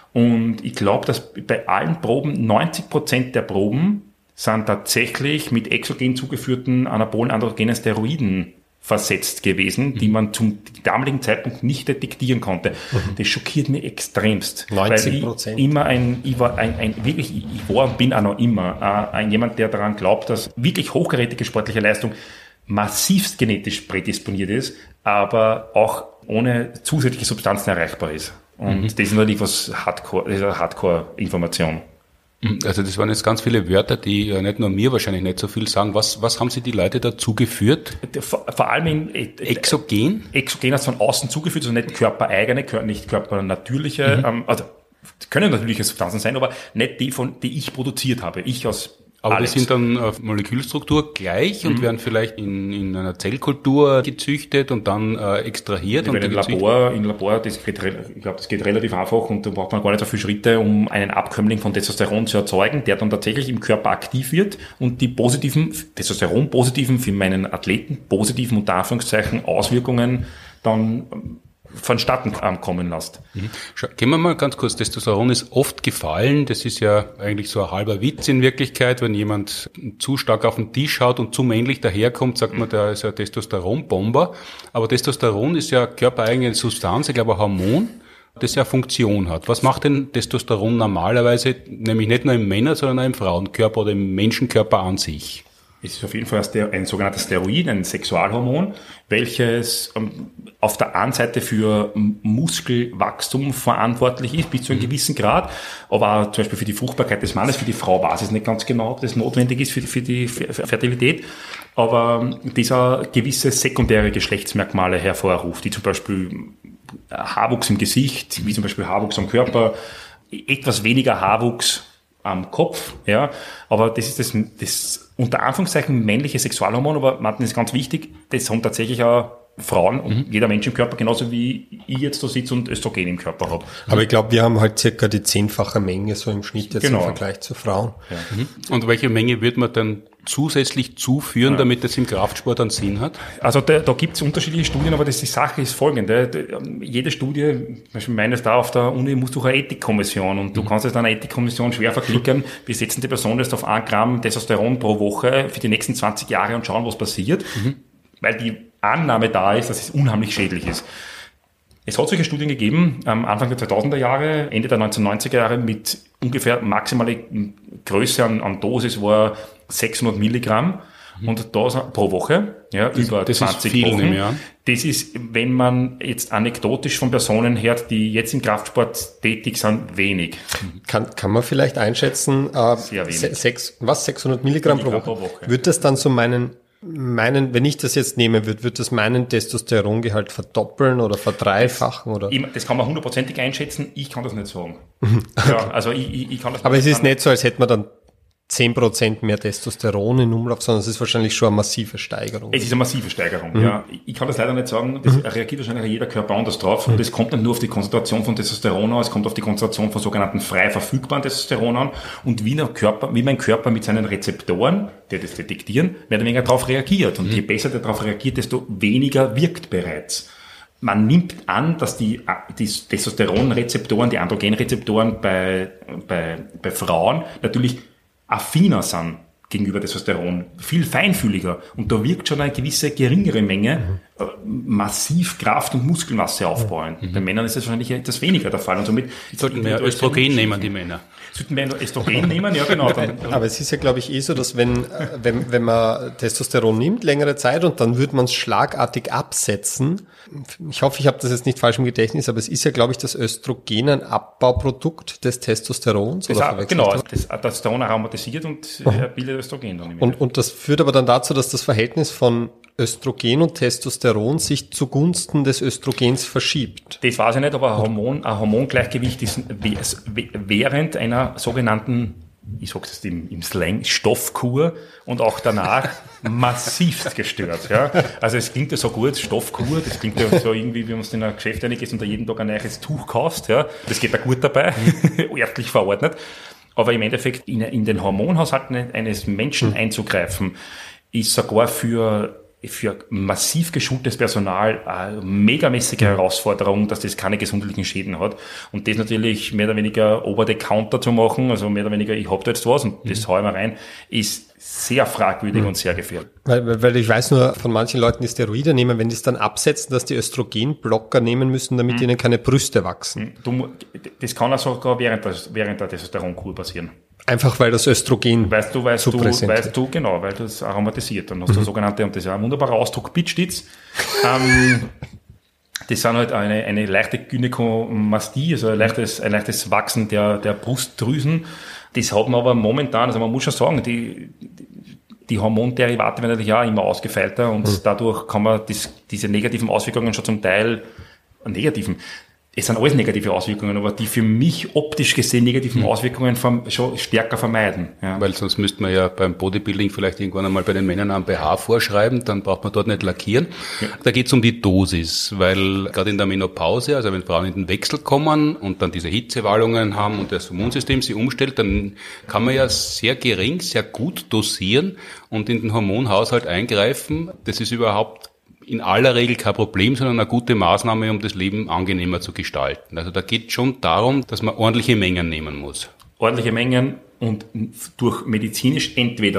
Und ich glaube, dass bei allen Proben, neunzig Prozent der Proben sind tatsächlich mit exogen zugeführten anabolen androgenen Steroiden versetzt gewesen, die man zum damaligen Zeitpunkt nicht detektieren konnte. Mhm. Das schockiert mich extremst. neunzig Prozent. Weil ich immer ein, ich war ein, ein wirklich, ich war und bin auch noch immer äh, ein jemand, der daran glaubt, dass wirklich hochkarätige sportliche Leistung massivst genetisch prädisponiert ist, aber auch ohne zusätzliche Substanzen erreichbar ist. Und mhm. das ist natürlich was Hardcore, das ist eine Hardcore-Information. Also das waren jetzt ganz viele Wörter, die nicht nur mir wahrscheinlich nicht so viel sagen. Was, was haben Sie die Leute dazu geführt? Vor, vor allem in äh, Exogen? Exogen hat von außen zugeführt, also nicht körpereigene, nicht körpernatürliche, mhm. ähm, also können natürliche Substanzen sein, aber nicht die, von, die ich produziert habe. Ich als Aber Alex. die sind dann auf Molekülstruktur gleich und mhm. werden vielleicht in, in einer Zellkultur gezüchtet und dann äh, extrahiert. Und in Labor, in Labor, das geht, ich glaube, das geht relativ einfach und da braucht man gar nicht so viele Schritte, um einen Abkömmling von Testosteron zu erzeugen, der dann tatsächlich im Körper aktiv wird und die positiven, Testosteron-positiven, für meinen Athleten positiven, unter Anführungszeichen, Auswirkungen dann vonstatten kommen lässt. Mhm. Gehen wir mal ganz kurz, Testosteron ist oft gefallen, das ist ja eigentlich so ein halber Witz in Wirklichkeit, wenn jemand zu stark auf den Tisch haut und zu männlich daherkommt, sagt man, der ist ja Testosteronbomber, aber Testosteron ist ja körpereigene Substanz, ich glaube ein Hormon, das ja Funktion hat. Was macht denn Testosteron normalerweise, nämlich nicht nur im Männer, sondern auch im Frauenkörper oder im Menschenkörper an sich? Es ist auf jeden Fall ein sogenanntes Steroid, ein Sexualhormon, welches auf der einen Seite für Muskelwachstum verantwortlich ist, bis zu einem gewissen Grad, aber auch zum Beispiel für die Fruchtbarkeit des Mannes. Für die Frau weiß es nicht ganz genau, ob das notwendig ist für die, für die Fertilität, aber dieser gewisse sekundäre Geschlechtsmerkmale hervorruft, die zum Beispiel Haarwuchs im Gesicht, wie zum Beispiel Haarwuchs am Körper, etwas weniger Haarwuchs am Kopf, ja, aber das ist das, das unter Anführungszeichen männliche Sexualhormon, aber Martin, ist ganz wichtig, das haben tatsächlich auch Frauen und mhm. jeder Mensch im Körper, genauso wie ich jetzt da sitze und Östrogen im Körper habe. Aber ich glaube, wir haben halt circa die zehnfache Menge so im Schnitt jetzt genau. im Vergleich zu Frauen. Ja. Mhm. Und welche Menge wird man dann zusätzlich zuführen, ja. damit es im Kraftsport einen Sinn hat? Also da, da gibt es unterschiedliche Studien, aber das, die Sache ist folgende. Jede Studie, zum Beispiel meines da auf der Uni, musst du eine Ethikkommission und du mhm. kannst es dann einer Ethikkommission schwer verklickern, wir setzen die Person jetzt auf ein Gramm Testosteron pro Woche für die nächsten zwanzig Jahre und schauen, was passiert, mhm. weil die Annahme da ist, dass es unheimlich schädlich ist. Es hat solche Studien gegeben, am Anfang der zweitausender Jahre, Ende der neunzehnhundertneunziger Jahre, mit ungefähr maximale Größe an, an Dosis war sechshundert Milligramm mhm. und das pro Woche, ja, das, über das zwanzig ist viel Wochen. Im Jahr. Das ist, wenn man jetzt anekdotisch von Personen hört, die jetzt im Kraftsport tätig sind, wenig. Kann, kann man vielleicht einschätzen, äh, Sehr wenig. Sechs, was, sechshundert Milligramm, Milligramm pro Woche? Pro Woche. Wird das dann so meinen meinen, wenn ich das jetzt nehmen würde, wird das meinen Testosterongehalt verdoppeln oder verdreifachen? Oder? Ich, das kann man hundertprozentig einschätzen, ich kann das nicht sagen. ja, also ich, ich, ich kann das Aber es ist nicht so, als hätte man dann zehn Prozent mehr Testosteron in Umlauf, sondern es ist wahrscheinlich schon eine massive Steigerung. Es ist eine massive Steigerung, mhm. ja. Ich kann das leider nicht sagen, das mhm. reagiert wahrscheinlich jeder Körper anders drauf. Mhm. Und es kommt nicht nur auf die Konzentration von Testosteron an, es kommt auf die Konzentration von sogenannten frei verfügbaren Testosteron an und wie, der Körper, wie mein Körper mit seinen Rezeptoren, die das detektieren, mehr oder weniger darauf reagiert. Und mhm. je besser der darauf reagiert, desto weniger wirkt bereits. Man nimmt an, dass die, die Testosteronrezeptoren, die Androgenrezeptoren bei, bei, bei Frauen natürlich affiner sind gegenüber Testosteron, viel feinfühliger. Und da wirkt schon eine gewisse geringere Menge mhm. äh, massiv Kraft und Muskelmasse aufbauen. Mhm. Bei Männern ist das wahrscheinlich etwas weniger der Fall. Und somit sollten wir Östrogen nehmen, die Männer. Sollten wir Östrogen nehmen, ja genau. Dann, dann Aber es ist ja, glaube ich, eh so, dass wenn, wenn, wenn man Testosteron nimmt, längere Zeit, und dann würde man es schlagartig absetzen. Ich hoffe, ich habe das jetzt nicht falsch im Gedächtnis, aber es ist ja, glaube ich, das Östrogen ein Abbauprodukt des Testosterons. Das oder auch, genau, das Testosteron aromatisiert und äh, bildet Östrogen dann im und, und das führt aber dann dazu, dass das Verhältnis von Östrogen und Testosteron sich zugunsten des Östrogens verschiebt. Das weiß ich nicht, aber ein, Hormon, ein Hormongleichgewicht ist während einer sogenannten, ich sag's jetzt im, im Slang, Stoffkur und auch danach massivst gestört. Ja. Also es klingt ja so gut, Stoffkur, das klingt ja so irgendwie, wie man es in ein Geschäft reingehst und da jeden Tag ein neues Tuch kaufst. Ja. Das geht da gut dabei, ärztlich verordnet. Aber im Endeffekt in, in den Hormonhaushalt eines Menschen einzugreifen, ist sogar für für massiv geschultes Personal eine megamäßige Herausforderung, dass das keine gesundheitlichen Schäden hat. Und das natürlich mehr oder weniger over the counter zu machen, also mehr oder weniger, ich hab da jetzt was und das hau ich mal rein, ist sehr fragwürdig mhm. und sehr gefährlich. Weil, weil ich weiß nur von manchen Leuten, die Steroide nehmen, wenn die es dann absetzen, dass die Östrogenblocker nehmen müssen, damit mhm. ihnen keine Brüste wachsen. Du, das kann auch sogar während der, während der Testosteronkur passieren. Einfach weil das Östrogen weißt du, weißt zu du, präsent weißt du, genau, weil das aromatisiert. Dann hast du mhm. sogenannte, und das ist ein wunderbarer Ausdruck, Bitchtits. ähm, das sind halt eine, eine leichte Gynäkomastie, also ein leichtes, ein leichtes Wachsen der, der Brustdrüsen. Das hat man aber momentan, also man muss schon sagen, die, die Hormonderivate werden natürlich auch immer ausgefeilter und mhm. dadurch kann man das, diese negativen Auswirkungen schon zum Teil, negativen, es sind alles negative Auswirkungen, aber die für mich optisch gesehen negativen mhm. Auswirkungen vom, schon stärker vermeiden. Ja. Weil sonst müsste man ja beim Bodybuilding vielleicht irgendwann einmal bei den Männern einen B H vorschreiben, dann braucht man dort nicht lackieren. Ja. Da geht es um die Dosis, weil gerade in der Menopause, also wenn Frauen in den Wechsel kommen und dann diese Hitzewallungen haben und das Immunsystem sie umstellt, dann kann man ja sehr gering, sehr gut dosieren und in den Hormonhaushalt eingreifen. Das ist überhaupt in aller Regel kein Problem, sondern eine gute Maßnahme, um das Leben angenehmer zu gestalten. Also da geht es schon darum, dass man ordentliche Mengen nehmen muss. Ordentliche Mengen und durch medizinisch entweder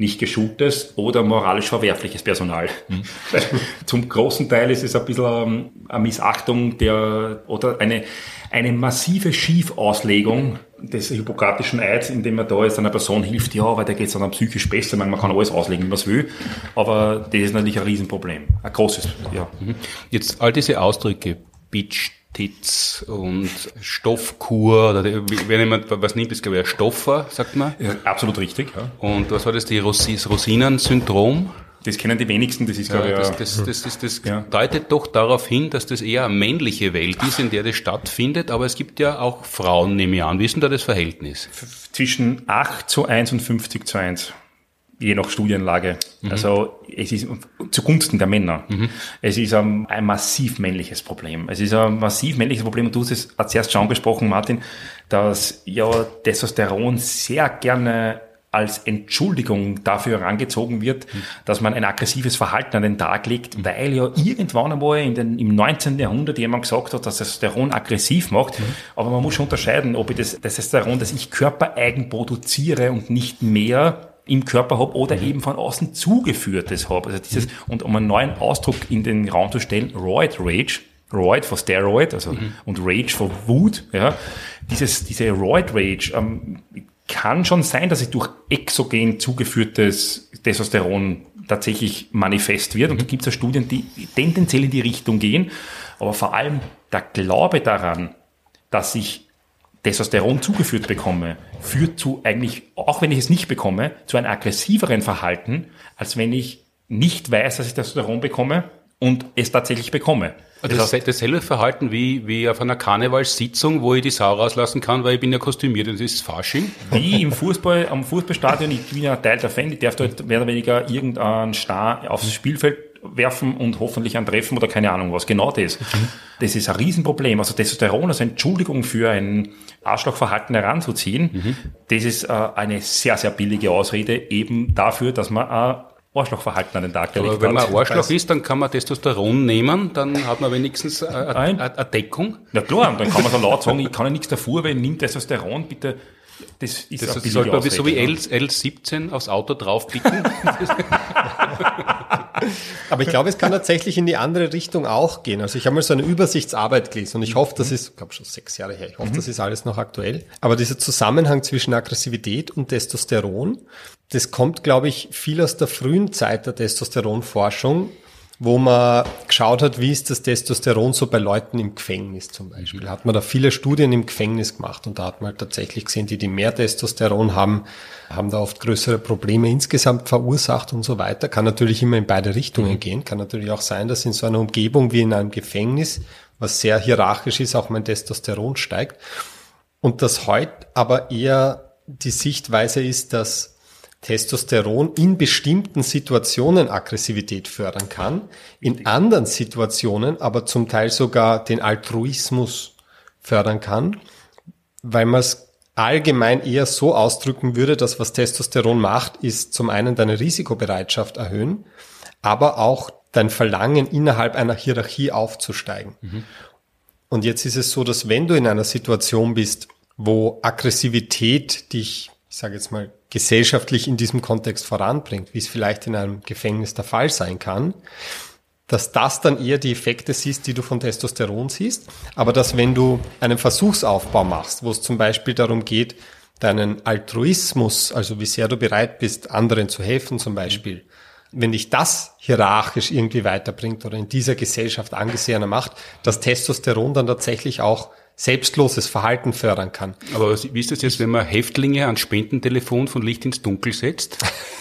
nicht geschultes oder moralisch verwerfliches Personal. Mhm. Zum großen Teil ist es ein bisschen eine Missachtung der oder eine, eine massive Schiefauslegung des hippokratischen Eids, indem man da jetzt einer Person hilft, ja, weil da geht es dann psychisch besser, man kann alles auslegen, wie man es will, aber das ist natürlich ein Riesenproblem, ein großes, ja. Jetzt all diese Ausdrücke, Bitch, Tits und Stoffkur, oder wenn jemand was nimmt, ist glaube ich ein Stoffer, sagt man. Ja, absolut richtig, ja. Und was war das, die Rosi- das Rosinensyndrom? Das kennen die wenigsten, das ist Ja, glaube ich... das, das, das, das, das Ja. deutet doch darauf hin, dass das eher eine männliche Welt ist, in der das stattfindet, aber es gibt ja auch Frauen, nehme ich an. Wie ist denn da das Verhältnis? Zwischen acht zu eins und fünfzig zu eins. Je nach Studienlage. Mhm. Also es ist zugunsten der Männer. Mhm. Es ist ein, ein massiv männliches Problem. Es ist ein massiv männliches Problem. Und du hast es zuerst schon angesprochen, Martin, dass ja Testosteron sehr gerne als Entschuldigung dafür herangezogen wird, mhm. dass man ein aggressives Verhalten an den Tag legt, mhm. weil ja irgendwann einmal in den, im neunzehnten Jahrhundert jemand gesagt hat, dass Testosteron aggressiv macht. Mhm. Aber man muss schon unterscheiden, ob ich das Testosteron, das ich körpereigen produziere und nicht mehr im Körper habe oder mhm. eben von außen zugeführtes habe. Also dieses, mhm. und um einen neuen Ausdruck in den Raum zu stellen, Roid Rage, Roid for Steroid, also mhm. und Rage for Wut, ja, dieses, diese Roid Rage, ähm, kann schon sein, dass es durch exogen zugeführtes Testosteron tatsächlich manifest wird. Und da gibt es ja Studien, die tendenziell in die Richtung gehen. Aber vor allem der Glaube daran, dass ich Testosteron zugeführt bekomme, führt zu eigentlich, auch wenn ich es nicht bekomme, zu einem aggressiveren Verhalten, als wenn ich nicht weiß, dass ich Testosteron bekomme und es tatsächlich bekomme. Also das ist dasselbe Verhalten wie, wie auf einer Karnevalssitzung, wo ich die Sau rauslassen kann, weil ich bin ja kostümiert und das ist Fasching. Wie im Fußball, am Fußballstadion, ich bin ja ein Teil der Fan, ich darf dort mehr oder weniger irgendeinen Star aufs Spielfeld werfen und hoffentlich einen treffen oder keine Ahnung was. Genau das. Mhm. Das ist ein Riesenproblem. Also Testosteron als Entschuldigung für ein Arschlochverhalten heranzuziehen, mhm. das ist äh, eine sehr, sehr billige Ausrede eben dafür, dass man ein Arschlochverhalten an den Tag gelegt hat. Aber wenn man Arschloch ist, dann kann man Testosteron nehmen, dann hat man wenigstens eine Deckung. Ja klar, und dann kann man so laut sagen, ich kann ja nichts dafür, weil ich nehme Testosteron, bitte. Das ist das, das sollte man so wie L siebzehn aufs Auto draufpicken. Aber ich glaube, es kann tatsächlich in die andere Richtung auch gehen. Also ich habe mal so eine Übersichtsarbeit gelesen und ich hoffe, das ist, ich glaube schon sechs Jahre her, ich hoffe, mhm. das ist alles noch aktuell. Aber dieser Zusammenhang zwischen Aggressivität und Testosteron, das kommt, glaube ich, viel aus der frühen Zeit der Testosteronforschung, wo man geschaut hat, wie ist das Testosteron so bei Leuten im Gefängnis zum Beispiel. Hat man da viele Studien im Gefängnis gemacht und da hat man halt tatsächlich gesehen, die, die mehr Testosteron haben, haben da oft größere Probleme insgesamt verursacht und so weiter. Kann natürlich immer in beide Richtungen gehen. Kann natürlich auch sein, dass in so einer Umgebung wie in einem Gefängnis, was sehr hierarchisch ist, auch mein Testosteron steigt. Und dass heute aber eher die Sichtweise ist, dass Testosteron in bestimmten Situationen Aggressivität fördern kann, in anderen Situationen aber zum Teil sogar den Altruismus fördern kann, weil man es allgemein eher so ausdrücken würde, dass was Testosteron macht, ist zum einen deine Risikobereitschaft erhöhen, aber auch dein Verlangen, innerhalb einer Hierarchie aufzusteigen. Mhm. Und jetzt ist es so, dass wenn du in einer Situation bist, wo Aggressivität dich, ich sage jetzt mal, gesellschaftlich in diesem Kontext voranbringt, wie es vielleicht in einem Gefängnis der Fall sein kann, dass das dann eher die Effekte siehst, die du von Testosteron siehst, aber dass wenn du einen Versuchsaufbau machst, wo es zum Beispiel darum geht, deinen Altruismus, also wie sehr du bereit bist, anderen zu helfen zum Beispiel, wenn dich das hierarchisch irgendwie weiterbringt oder in dieser Gesellschaft angesehener macht, dass Testosteron dann tatsächlich auch selbstloses Verhalten fördern kann. Aber wie ist das jetzt, wenn man Häftlinge ans Spendentelefon von Licht ins Dunkel setzt?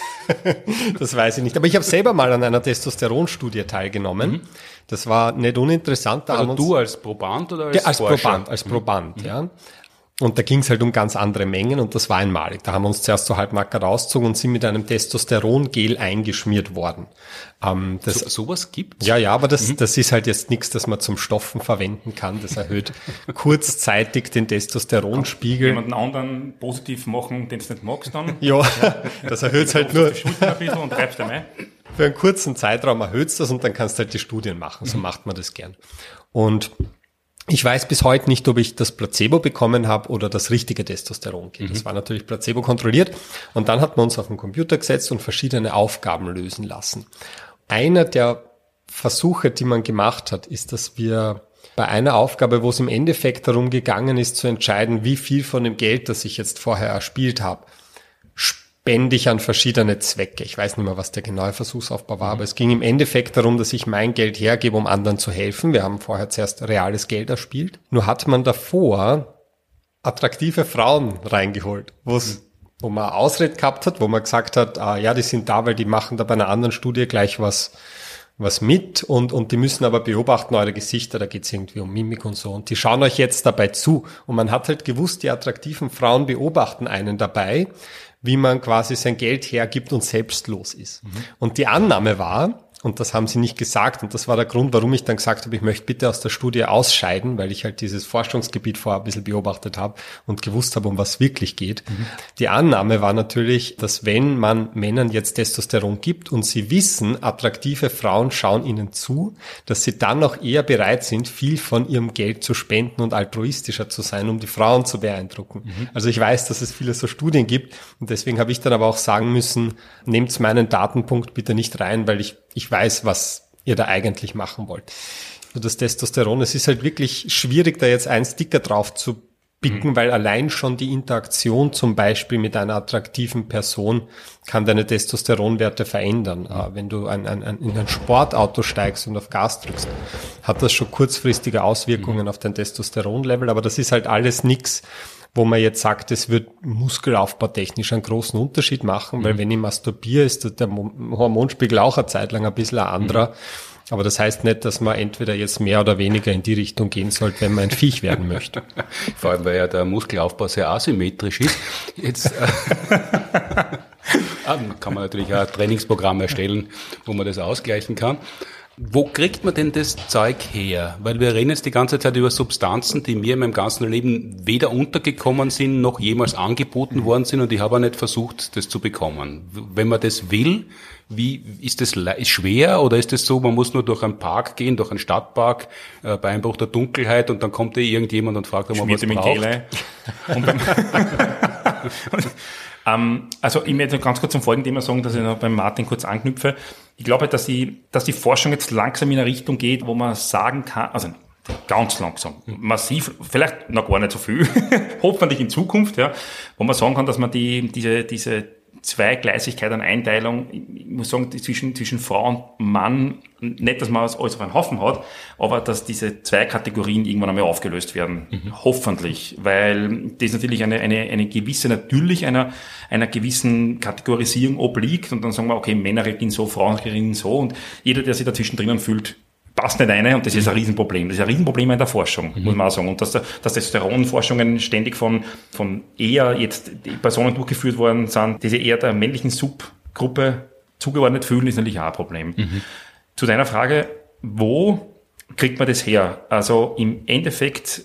Das weiß ich nicht. Aber ich habe selber mal an einer Testosteronstudie teilgenommen. Mhm. Das war nicht uninteressant. Da also haben du als Proband oder als ja, als Forscher? Proband, als Proband, mhm. ja. Und da ging es halt um ganz andere Mengen und das war einmalig. Da haben wir uns zuerst so halbnackert rausgezogen und sind mit einem Testosterongel eingeschmiert worden. Ähm, das, so, sowas gibt's? Ja, ja, aber das, mhm. das ist halt jetzt nichts, das man zum Stoffen verwenden kann. Das erhöht kurzzeitig den Testosteronspiegel. Jemanden anderen positiv machen, den du nicht magst dann? Ja, das erhöht es halt nur. Die Schulter ein bisschen und treibst einmal. Für einen kurzen Zeitraum erhöht es das und dann kannst du halt die Studien machen. So macht man das gern. Und Ich weiß bis heute nicht, ob ich das Placebo bekommen habe oder das richtige Testosteron. Mhm. Das war natürlich Placebo kontrolliert. Und dann hat man uns auf den Computer gesetzt und verschiedene Aufgaben lösen lassen. Einer der Versuche, die man gemacht hat, ist, dass wir bei einer Aufgabe, wo es im Endeffekt darum gegangen ist, zu entscheiden, wie viel von dem Geld, das ich jetzt vorher erspielt habe, spende ich an verschiedene Zwecke. Ich weiß nicht mehr, was der genaue Versuchsaufbau war, aber es ging im Endeffekt darum, dass ich mein Geld hergebe, um anderen zu helfen. Wir haben vorher zuerst reales Geld erspielt. Nur hat man davor attraktive Frauen reingeholt, wo es, wo man Ausrede gehabt hat, wo man gesagt hat, ah, ja, die sind da, weil die machen da bei einer anderen Studie gleich was was mit und und die müssen aber beobachten eure Gesichter, da geht's irgendwie um Mimik und so und die schauen euch jetzt dabei zu und man hat halt gewusst, die attraktiven Frauen beobachten einen dabei, wie man quasi sein Geld hergibt und selbstlos ist. Mhm. Und die Annahme war, und das haben sie nicht gesagt, und das war der Grund, warum ich dann gesagt habe, ich möchte bitte aus der Studie ausscheiden, weil ich halt dieses Forschungsgebiet vorher ein bisschen beobachtet habe und gewusst habe, um was wirklich geht. Mhm. Die Annahme war natürlich, dass wenn man Männern jetzt Testosteron gibt und sie wissen, attraktive Frauen schauen ihnen zu, dass sie dann noch eher bereit sind, viel von ihrem Geld zu spenden und altruistischer zu sein, um die Frauen zu beeindrucken. Mhm. Also ich weiß, dass es viele so Studien gibt und deswegen habe ich dann aber auch sagen müssen, nehmt meinen Datenpunkt bitte nicht rein, weil ich ich weiß, was ihr da eigentlich machen wollt. Also das Testosteron, es ist halt wirklich schwierig, da jetzt einen Sticker drauf zu picken, mhm. weil allein schon die Interaktion zum Beispiel mit einer attraktiven Person kann deine Testosteronwerte verändern. Mhm. Wenn du ein, ein, ein, in ein Sportauto steigst und auf Gas drückst, hat das schon kurzfristige Auswirkungen mhm. auf dein Testosteronlevel, aber das ist halt alles nix, wo man jetzt sagt, es wird muskelaufbautechnisch einen großen Unterschied machen, weil mhm. wenn ich masturbiere, ist der Hormonspiegel auch eine Zeit lang ein bisschen ein anderer. Mhm. Aber das heißt nicht, dass man entweder jetzt mehr oder weniger in die Richtung gehen sollte, wenn man ein Viech werden möchte. Vor allem, weil ja der Muskelaufbau sehr asymmetrisch ist. Jetzt äh, kann man natürlich auch ein Trainingsprogramm erstellen, wo man das ausgleichen kann. Wo kriegt man denn das Zeug her? Weil wir reden jetzt die ganze Zeit über Substanzen, die mir in meinem ganzen Leben weder untergekommen sind, noch jemals angeboten worden sind und ich habe auch nicht versucht, das zu bekommen. Wenn man das will, wie ist das ist schwer oder ist das so, man muss nur durch einen Park gehen, durch einen Stadtpark, äh, bei Einbruch der Dunkelheit und dann kommt da irgendjemand und fragt, ob man was braucht? Und beim Ähm, also ich möchte ganz kurz zum folgenden Thema sagen, dass ich noch beim Martin kurz anknüpfe. Ich glaube, dass die, dass die Forschung jetzt langsam in eine Richtung geht, wo man sagen kann, also ganz langsam, massiv, vielleicht noch gar nicht so viel, hoffentlich in Zukunft, ja, wo man sagen kann, dass man die, diese, diese Zweigleisigkeit an Einteilung, ich muss sagen, zwischen, zwischen Frau und Mann, nicht, dass man alles auf einen Haufen hat, aber dass diese zwei Kategorien irgendwann einmal aufgelöst werden. Mhm. Hoffentlich. Weil das natürlich eine, eine, eine gewisse, natürlich einer, einer gewissen Kategorisierung obliegt und dann sagen wir, okay, Männer reagieren so, Frauen reagieren so und jeder, der sich dazwischen drinnen fühlt, passt nicht eine und das ist ein Riesenproblem. Das ist ein Riesenproblem in der Forschung, mhm. muss man auch sagen. Und dass, dass Testosteronforschungen ständig von, von eher jetzt die Personen durchgeführt worden sind, die sich eher der männlichen Subgruppe zugeordnet fühlen, ist natürlich auch ein Problem. Mhm. Zu deiner Frage, wo kriegt man das her? Also im Endeffekt,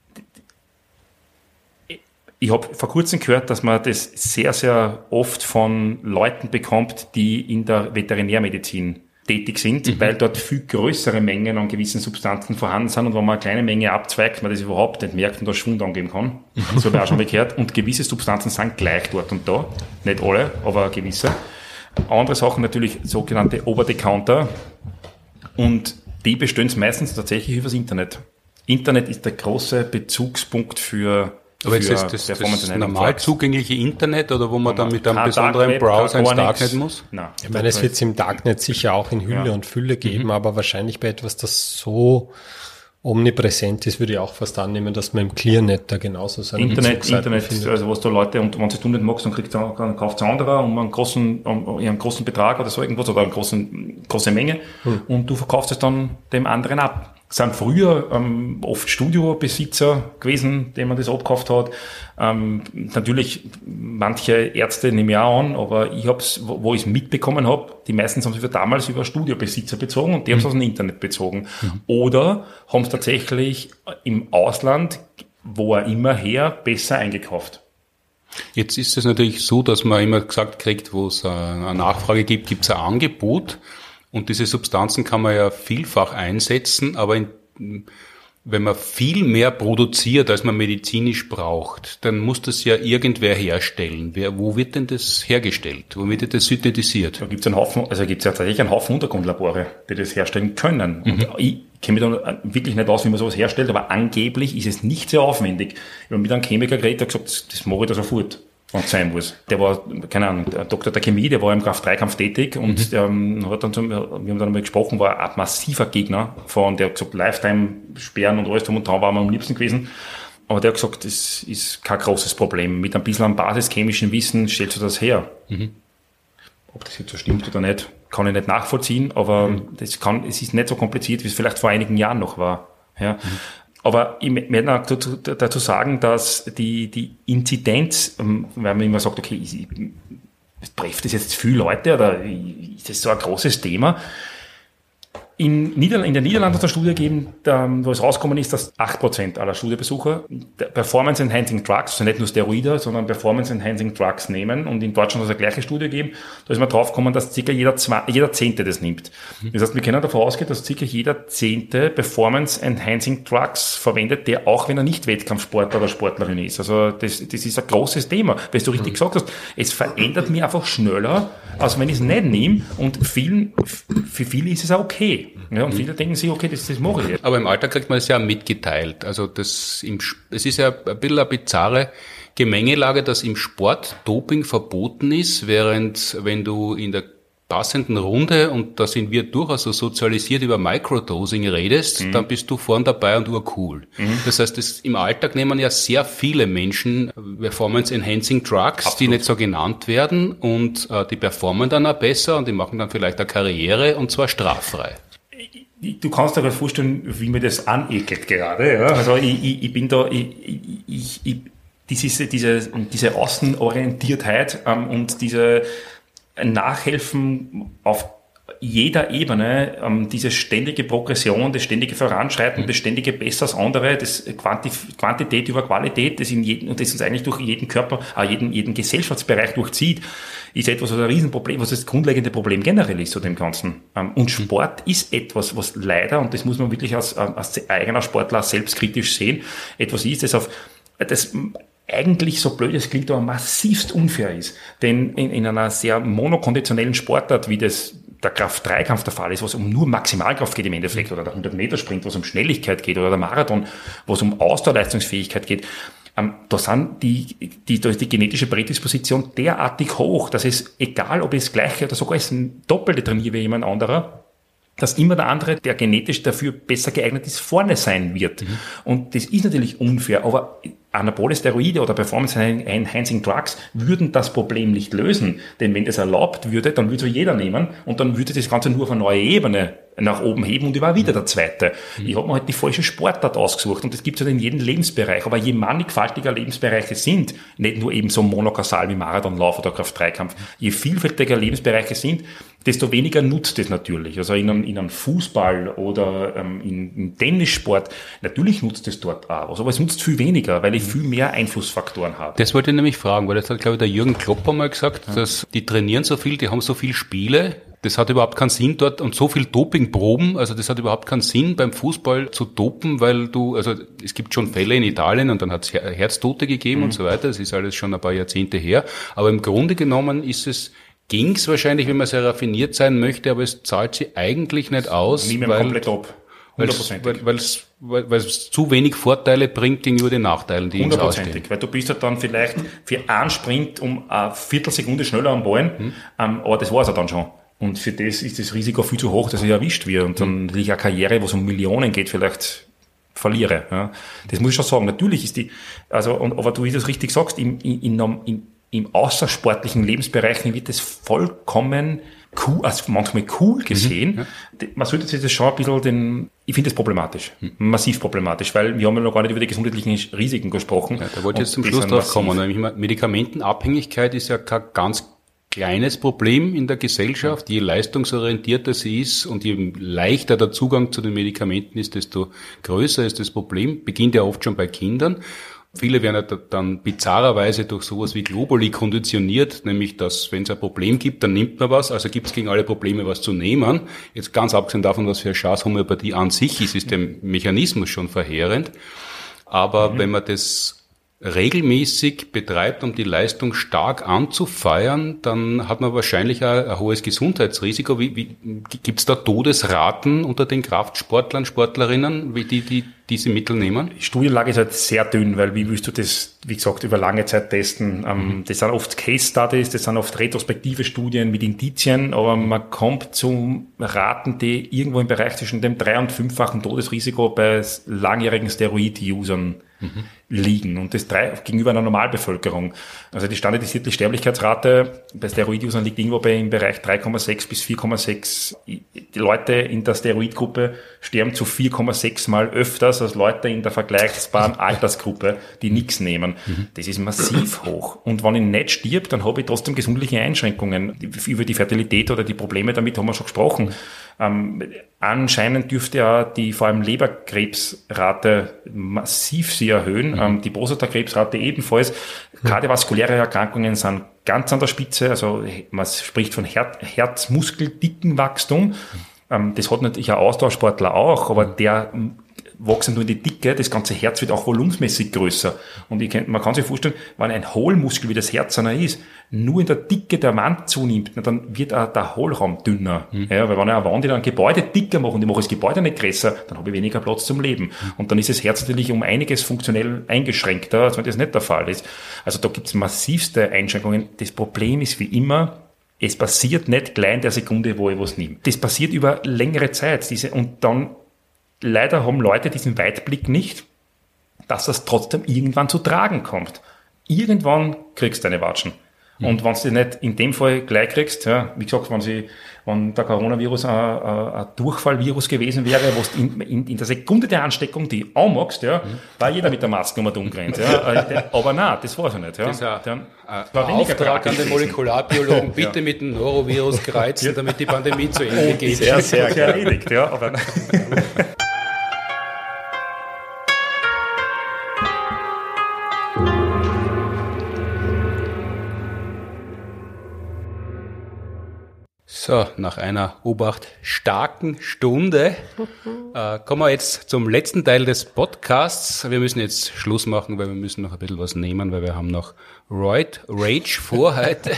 ich habe vor kurzem gehört, dass man das sehr, sehr oft von Leuten bekommt, die in der Veterinärmedizin tätig sind, mhm. weil dort viel größere Mengen an gewissen Substanzen vorhanden sind und wenn man eine kleine Menge abzweigt, man das überhaupt nicht merkt und da Schwund angeben kann. Das habe ich auch schon mal gehört. Und gewisse Substanzen sind gleich dort und da. Nicht alle, aber gewisse. Andere Sachen natürlich sogenannte Over-the-Counter und die bestehen meistens tatsächlich übers Internet. Internet ist der große Bezugspunkt für Aber jetzt ist das, das, das normal zugängliche Internet oder wo man dann mit einem besonderen Darkweb, Browser ins Darknet muss? Nein. Ich meine, es wird es im Darknet sicher auch in Hülle ja. und Fülle geben, mhm. aber wahrscheinlich bei etwas, das so omnipräsent ist, würde ich auch fast annehmen, dass man im Clearnet da genauso seine Internet, Internet, findet. Also was da Leute, und wenn sie du nicht magst, dann kriegt dann kauft es anderer um einen großen, um einen großen Betrag oder so irgendwas oder eine großen, große Menge hm. und du verkaufst es dann dem anderen ab. Es sind früher ähm, oft Studiobesitzer gewesen, denen man das abgekauft hat. Ähm, natürlich manche Ärzte nehme ich auch an, aber ich hab's, wo, wo ich es mitbekommen habe, die meisten haben sich für damals über Studiobesitzer bezogen und die mhm. haben es aus dem Internet bezogen. Mhm. Oder haben es tatsächlich im Ausland, wo er immer her, besser eingekauft. Jetzt ist es natürlich so, dass man immer gesagt kriegt, wo es eine Nachfrage gibt, gibt es ein Angebot. Und diese Substanzen kann man ja vielfach einsetzen, aber in, wenn man viel mehr produziert, als man medizinisch braucht, dann muss das ja irgendwer herstellen. Wer, wo wird denn das hergestellt? Wo wird das synthetisiert? Da gibt es einen Haufen, also gibt es ja tatsächlich einen Haufen Untergrundlabore, die das herstellen können. Mhm. Und ich kenne mich da wirklich nicht aus, wie man sowas herstellt, aber angeblich ist es nicht sehr aufwendig. Ich habe mit einem Chemiker geredet, der hat gesagt, das mache ich da sofort, wenn es sein muss. Der war, keine Ahnung, der Doktor der Chemie, der war im Kraft-Dreikampf tätig und mhm. ähm, hat dann, zum, wir haben dann mal gesprochen, war ein massiver Gegner von, der hat gesagt, Lifetime-Sperren und alles drum und dran war mir am liebsten gewesen. Aber der hat gesagt, das ist kein großes Problem. Mit ein bisschen am basischemischen Wissen stellst du das her. Mhm. Ob das jetzt so stimmt oder nicht, kann ich nicht nachvollziehen, aber mhm. das kann, es ist nicht so kompliziert, wie es vielleicht vor einigen Jahren noch war. Ja. Mhm. Aber ich möchte noch dazu, dazu sagen, dass die, die Inzidenz, weil man immer sagt, okay, trifft das jetzt viele Leute oder ist das so ein großes Thema? In, Niederl- in den Niederlanden hat es eine Studie gegeben, da, wo es rausgekommen ist, dass acht Prozent aller Studiebesucher Performance-Enhancing Drugs, also nicht nur Steroide, sondern Performance-Enhancing Drugs nehmen. Und in Deutschland hat es eine gleiche Studie gegeben. Da ist man draufgekommen, dass circa jeder, zwei, jeder Zehnte das nimmt. Das heißt, wir können davon ausgehen, dass circa jeder Zehnte Performance-Enhancing Drugs verwendet, der auch, wenn er nicht Wettkampfsportler oder Sportlerin ist. Also das, das ist ein großes Thema. Weil du richtig gesagt hast, es verändert mich einfach schneller, als wenn ich es nicht nehme. Und vielen, für viele ist es auch okay. Ja, und viele denken sich, okay, das, das mache ich jetzt. Aber im Alltag kriegt man es ja mitgeteilt. Also das im, es ist ja ein bisschen eine bizarre Gemengelage, dass im Sport Doping verboten ist, während wenn du in der passenden Runde, und da sind wir durchaus so sozialisiert, über Microdosing redest, mhm. dann bist du vorn dabei und urcool. Mhm. Das heißt, das, im Alltag nehmen ja sehr viele Menschen Performance-Enhancing Drugs, Absolut. Die nicht so genannt werden, und äh, die performen dann auch besser und die machen dann vielleicht eine Karriere, und zwar straffrei. Du kannst dir vorstellen, wie mir das anekelt gerade. Ja? Also ich, ich, ich bin da, ich, ich, ich, diese, diese, diese Außenorientiertheit ähm, und diese Nachhelfen auf jeder Ebene, ähm, diese ständige Progression, das ständige Voranschreiten, das ständige Besser als andere, das Quantif- Quantität über Qualität, das in jedem, und das uns eigentlich durch jeden Körper, äh, jeden, jeden Gesellschaftsbereich durchzieht, ist etwas, was ein Riesenproblem, was das grundlegende Problem generell ist zu dem Ganzen. Ähm, und Sport ist etwas, was leider, und das muss man wirklich als, als eigener Sportler selbstkritisch sehen, etwas ist, das auf, das eigentlich, so blöd es klingt, aber massivst unfair ist. Denn in, in einer sehr monokonditionellen Sportart, wie das der Kraft-Dreikampf der Fall ist, wo es um nur Maximalkraft geht im Endeffekt, oder der hundert-Meter-Sprint, wo es um Schnelligkeit geht, oder der Marathon, wo es um Ausdauerleistungsfähigkeit geht, ähm, da sind die, die, da ist die genetische Prädisposition derartig hoch, dass es, egal ob ich das Gleiche oder sogar das Doppelte trainiere wie jemand anderer, dass immer der andere, der genetisch dafür besser geeignet ist, vorne sein wird. Mhm. Und das ist natürlich unfair, aber Anabole Steroide oder Performance-Enhancing Drugs würden das Problem nicht lösen. Denn wenn das erlaubt würde, dann würde es jeder nehmen und dann würde das Ganze nur auf eine neue Ebene nach oben heben und ich war wieder der Zweite. Mhm. Ich habe mir halt die falsche Sportart ausgesucht und das gibt es halt in jedem Lebensbereich. Aber je mannigfaltiger Lebensbereiche sind, nicht nur eben so monokausal wie Marathonlauf oder Kraft-Dreikampf, je vielfältiger Lebensbereiche sind, desto weniger nutzt es natürlich. Also in einem, in einem Fußball oder ähm, in, im Tennissport, natürlich nutzt es dort auch, aber es nutzt viel weniger, weil ich viel mehr Einflussfaktoren habe. Das wollte ich nämlich fragen, weil das hat, glaube ich, der Jürgen Klopp einmal gesagt, ja. dass die trainieren so viel, die haben so viel Spiele, das hat überhaupt keinen Sinn dort, und so viel Dopingproben, also das hat überhaupt keinen Sinn beim Fußball zu dopen, weil du, also es gibt schon Fälle in Italien und dann hat es Herztote gegeben mhm. und so weiter, das ist alles schon ein paar Jahrzehnte her, aber im Grunde genommen ist es, ging's wahrscheinlich, wenn man sehr raffiniert sein möchte, aber es zahlt sie eigentlich nicht aus. Nie mehr weil, komplett ab. Hundertprozentig. Weil es weil, weil zu wenig Vorteile bringt gegenüber den Nachteilen, die ins Ausstehen. Hundertprozentig, weil du bist halt dann vielleicht für einen Sprint um eine Viertelsekunde schneller am Ball, hm. ähm, aber das war's ja dann schon. Und für das ist das Risiko viel zu hoch, dass ich erwischt werde und dann hm. ich eine Karriere, wo es um Millionen geht, vielleicht verliere. Ja. Das muss ich schon sagen. Natürlich ist die, also, und, aber du, wie du es richtig sagst, im, in, in, in im außersportlichen Lebensbereichen wird das vollkommen cool, also manchmal cool gesehen. Mhm, ja. Man sollte sich das schon ein bisschen den, ich finde das problematisch. Mhm. Massiv problematisch, weil wir haben ja noch gar nicht über die gesundheitlichen Risiken gesprochen. Ja, da wollte ich jetzt zum Schluss drauf kommen. Nämlich Medikamentenabhängigkeit ist ja kein ganz kleines Problem in der Gesellschaft. Je leistungsorientierter sie ist und je leichter der Zugang zu den Medikamenten ist, desto größer ist das Problem. Beginnt ja oft schon bei Kindern. Viele werden ja dann bizarrerweise durch sowas wie Globuli konditioniert, nämlich dass, wenn es ein Problem gibt, dann nimmt man was, also gibt es gegen alle Probleme was zu nehmen. Jetzt ganz abgesehen davon, was für eine Chance Homöopathie an sich ist, ist der Mechanismus schon verheerend. Aber mhm. wenn man das regelmäßig betreibt, um die Leistung stark anzufeuern, dann hat man wahrscheinlich auch ein hohes Gesundheitsrisiko. Wie, wie, gibt es da Todesraten unter den Kraftsportlern, Sportlerinnen, wie die, die diese Mittel nehmen? Die Studienlage ist halt sehr dünn, weil wie willst du das, wie gesagt, über lange Zeit testen? Mhm. Das sind oft Case Studies, das sind oft retrospektive Studien mit Indizien, aber man kommt zu Raten, die irgendwo im Bereich zwischen dem drei- und fünffachen Todesrisiko bei langjährigen Steroid-Usern mhm. liegen. Und das drei gegenüber einer Normalbevölkerung. Also die standardisierte Sterblichkeitsrate bei Steroid-Usern liegt irgendwo bei im Bereich drei Komma sechs bis vier Komma sechs. Die Leute in der Steroidgruppe sterben zu vier Komma sechs Mal öfters als Leute in der vergleichbaren Altersgruppe, die nichts nehmen. Mhm. Das ist massiv hoch. Und wenn ich nicht stirb, dann habe ich trotzdem gesundliche Einschränkungen. Über die Fertilität oder die Probleme damit haben wir schon gesprochen. Ähm, anscheinend dürfte ja die vor allem Leberkrebsrate massiv sie erhöhen, mhm. ähm, die Prostatakrebsrate ebenfalls. Mhm. Kardiovaskuläre Erkrankungen sind ganz an der Spitze, also man spricht von Her- Herzmuskeldickenwachstum. Mhm. Ähm, das hat natürlich ein Ausdauersportler auch, aber der wachsen nur in die Dicke, das ganze Herz wird auch volumensmäßig größer. Und ich kann, man kann sich vorstellen, wenn ein Hohlmuskel, wie das Herz einer ist, nur in der Dicke der Wand zunimmt, dann wird auch der Hohlraum dünner. Mhm. Ja, weil wenn ich eine Wand in ein Gebäude dicker mache und ich mache das Gebäude nicht größer, dann habe ich weniger Platz zum Leben. Mhm. Und dann ist das Herz natürlich um einiges funktionell eingeschränkter, als wenn das nicht der Fall ist. Also da gibt es massivste Einschränkungen. Das Problem ist wie immer, es passiert nicht gleich in der Sekunde, wo ich was nehme. Das passiert über längere Zeit. Diese, und dann leider haben Leute diesen Weitblick nicht, dass das trotzdem irgendwann zu tragen kommt. Irgendwann kriegst du deine Watschen. Mhm. Und wenn du die nicht in dem Fall gleich kriegst, ja, wie gesagt, wenn, sie, wenn der Coronavirus ein, ein, ein Durchfallvirus gewesen wäre, wo du in, in, in der Sekunde der Ansteckung die anmachst, ja, mhm. war jeder mit der Maske um und umgerannt. Ja. Aber nein, das war so nicht. Ja. Das ist ein, Dann, ein war Auftrag an den Molekularbiologen, bitte ja. mit dem Norovirus kreuzen, damit die Pandemie zu Ende geht. Sehr, sehr, sehr erledigt, ja. Aber So, nach einer Obacht starken Stunde äh, kommen wir jetzt zum letzten Teil des Podcasts. Wir müssen jetzt Schluss machen, weil wir müssen noch ein bisschen was nehmen, weil wir haben noch Roid Rage vor heute.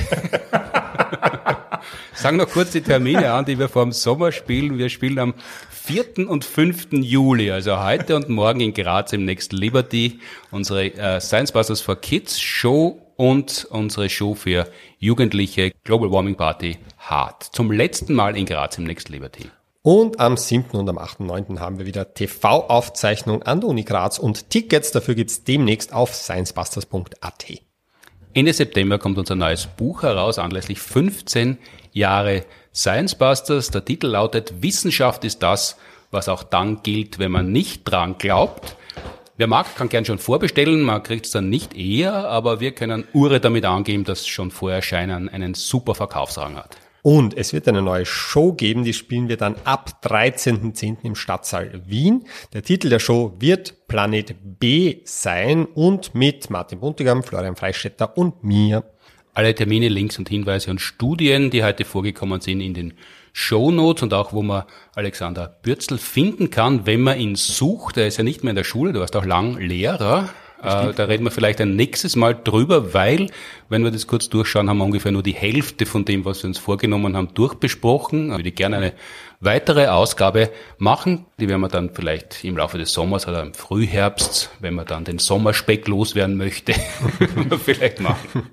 Sagen noch kurz die Termine an, die wir vor dem Sommer spielen. Wir spielen am vierten und fünften Juli, also heute und morgen in Graz im Next Liberty, unsere äh, Science Busters for Kids Show und unsere Show für Jugendliche Global Warming Party Hard. Zum letzten Mal in Graz im Next Liberty. Und am siebten und am achten neunten haben wir wieder T V-Aufzeichnung an der Uni Graz und Tickets dafür gibt's demnächst auf sciencebusters punkt a t. Ende September kommt unser neues Buch heraus, anlässlich fünfzehn Jahre Science Busters. Der Titel lautet Wissenschaft ist das, was auch dann gilt, wenn man nicht dran glaubt. Wer mag, kann gern schon vorbestellen, man kriegt es dann nicht eher, aber wir können Ure damit angeben, dass schon vor Erscheinen einen super Verkaufsrang hat. Und es wird eine neue Show geben, die spielen wir dann ab dreizehnten zehnten im Stadtsaal Wien. Der Titel der Show wird Planet B sein und mit Martin Buntigam, Florian Freistetter und mir. Alle Termine, Links und Hinweise und Studien, die heute vorgekommen sind, in den Shownotes und auch, wo man Alexander Bürzel finden kann, wenn man ihn sucht. Er ist ja nicht mehr in der Schule, du warst auch lang Lehrer. Äh, da reden wir vielleicht ein nächstes Mal drüber, weil, wenn wir das kurz durchschauen, haben wir ungefähr nur die Hälfte von dem, was wir uns vorgenommen haben, durchbesprochen. Ich würde gerne eine weitere Ausgabe machen. Die werden wir dann vielleicht im Laufe des Sommers oder im Frühherbst, wenn man dann den Sommerspeck loswerden möchte, vielleicht machen.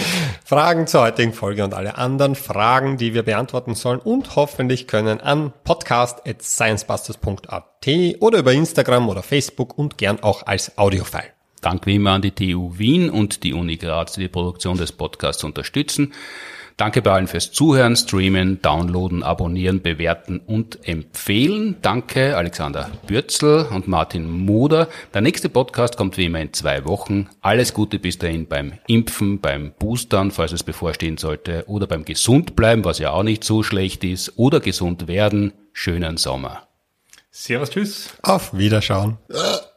Fragen zur heutigen Folge und alle anderen Fragen, die wir beantworten sollen und hoffentlich können, an podcast at sciencebusters punkt a t oder über Instagram oder Facebook und gern auch als Audiofile. Dank wie immer an die T U Wien und die Uni Graz, die die Produktion des Podcasts unterstützen. Danke bei allen fürs Zuhören, Streamen, Downloaden, Abonnieren, Bewerten und Empfehlen. Danke Alexander Bürzel und Martin Moder. Der nächste Podcast kommt wie immer in zwei Wochen. Alles Gute bis dahin beim Impfen, beim Boostern, falls es bevorstehen sollte, oder beim Gesundbleiben, was ja auch nicht so schlecht ist, oder gesund werden. Schönen Sommer. Servus, tschüss. Auf Wiederschauen.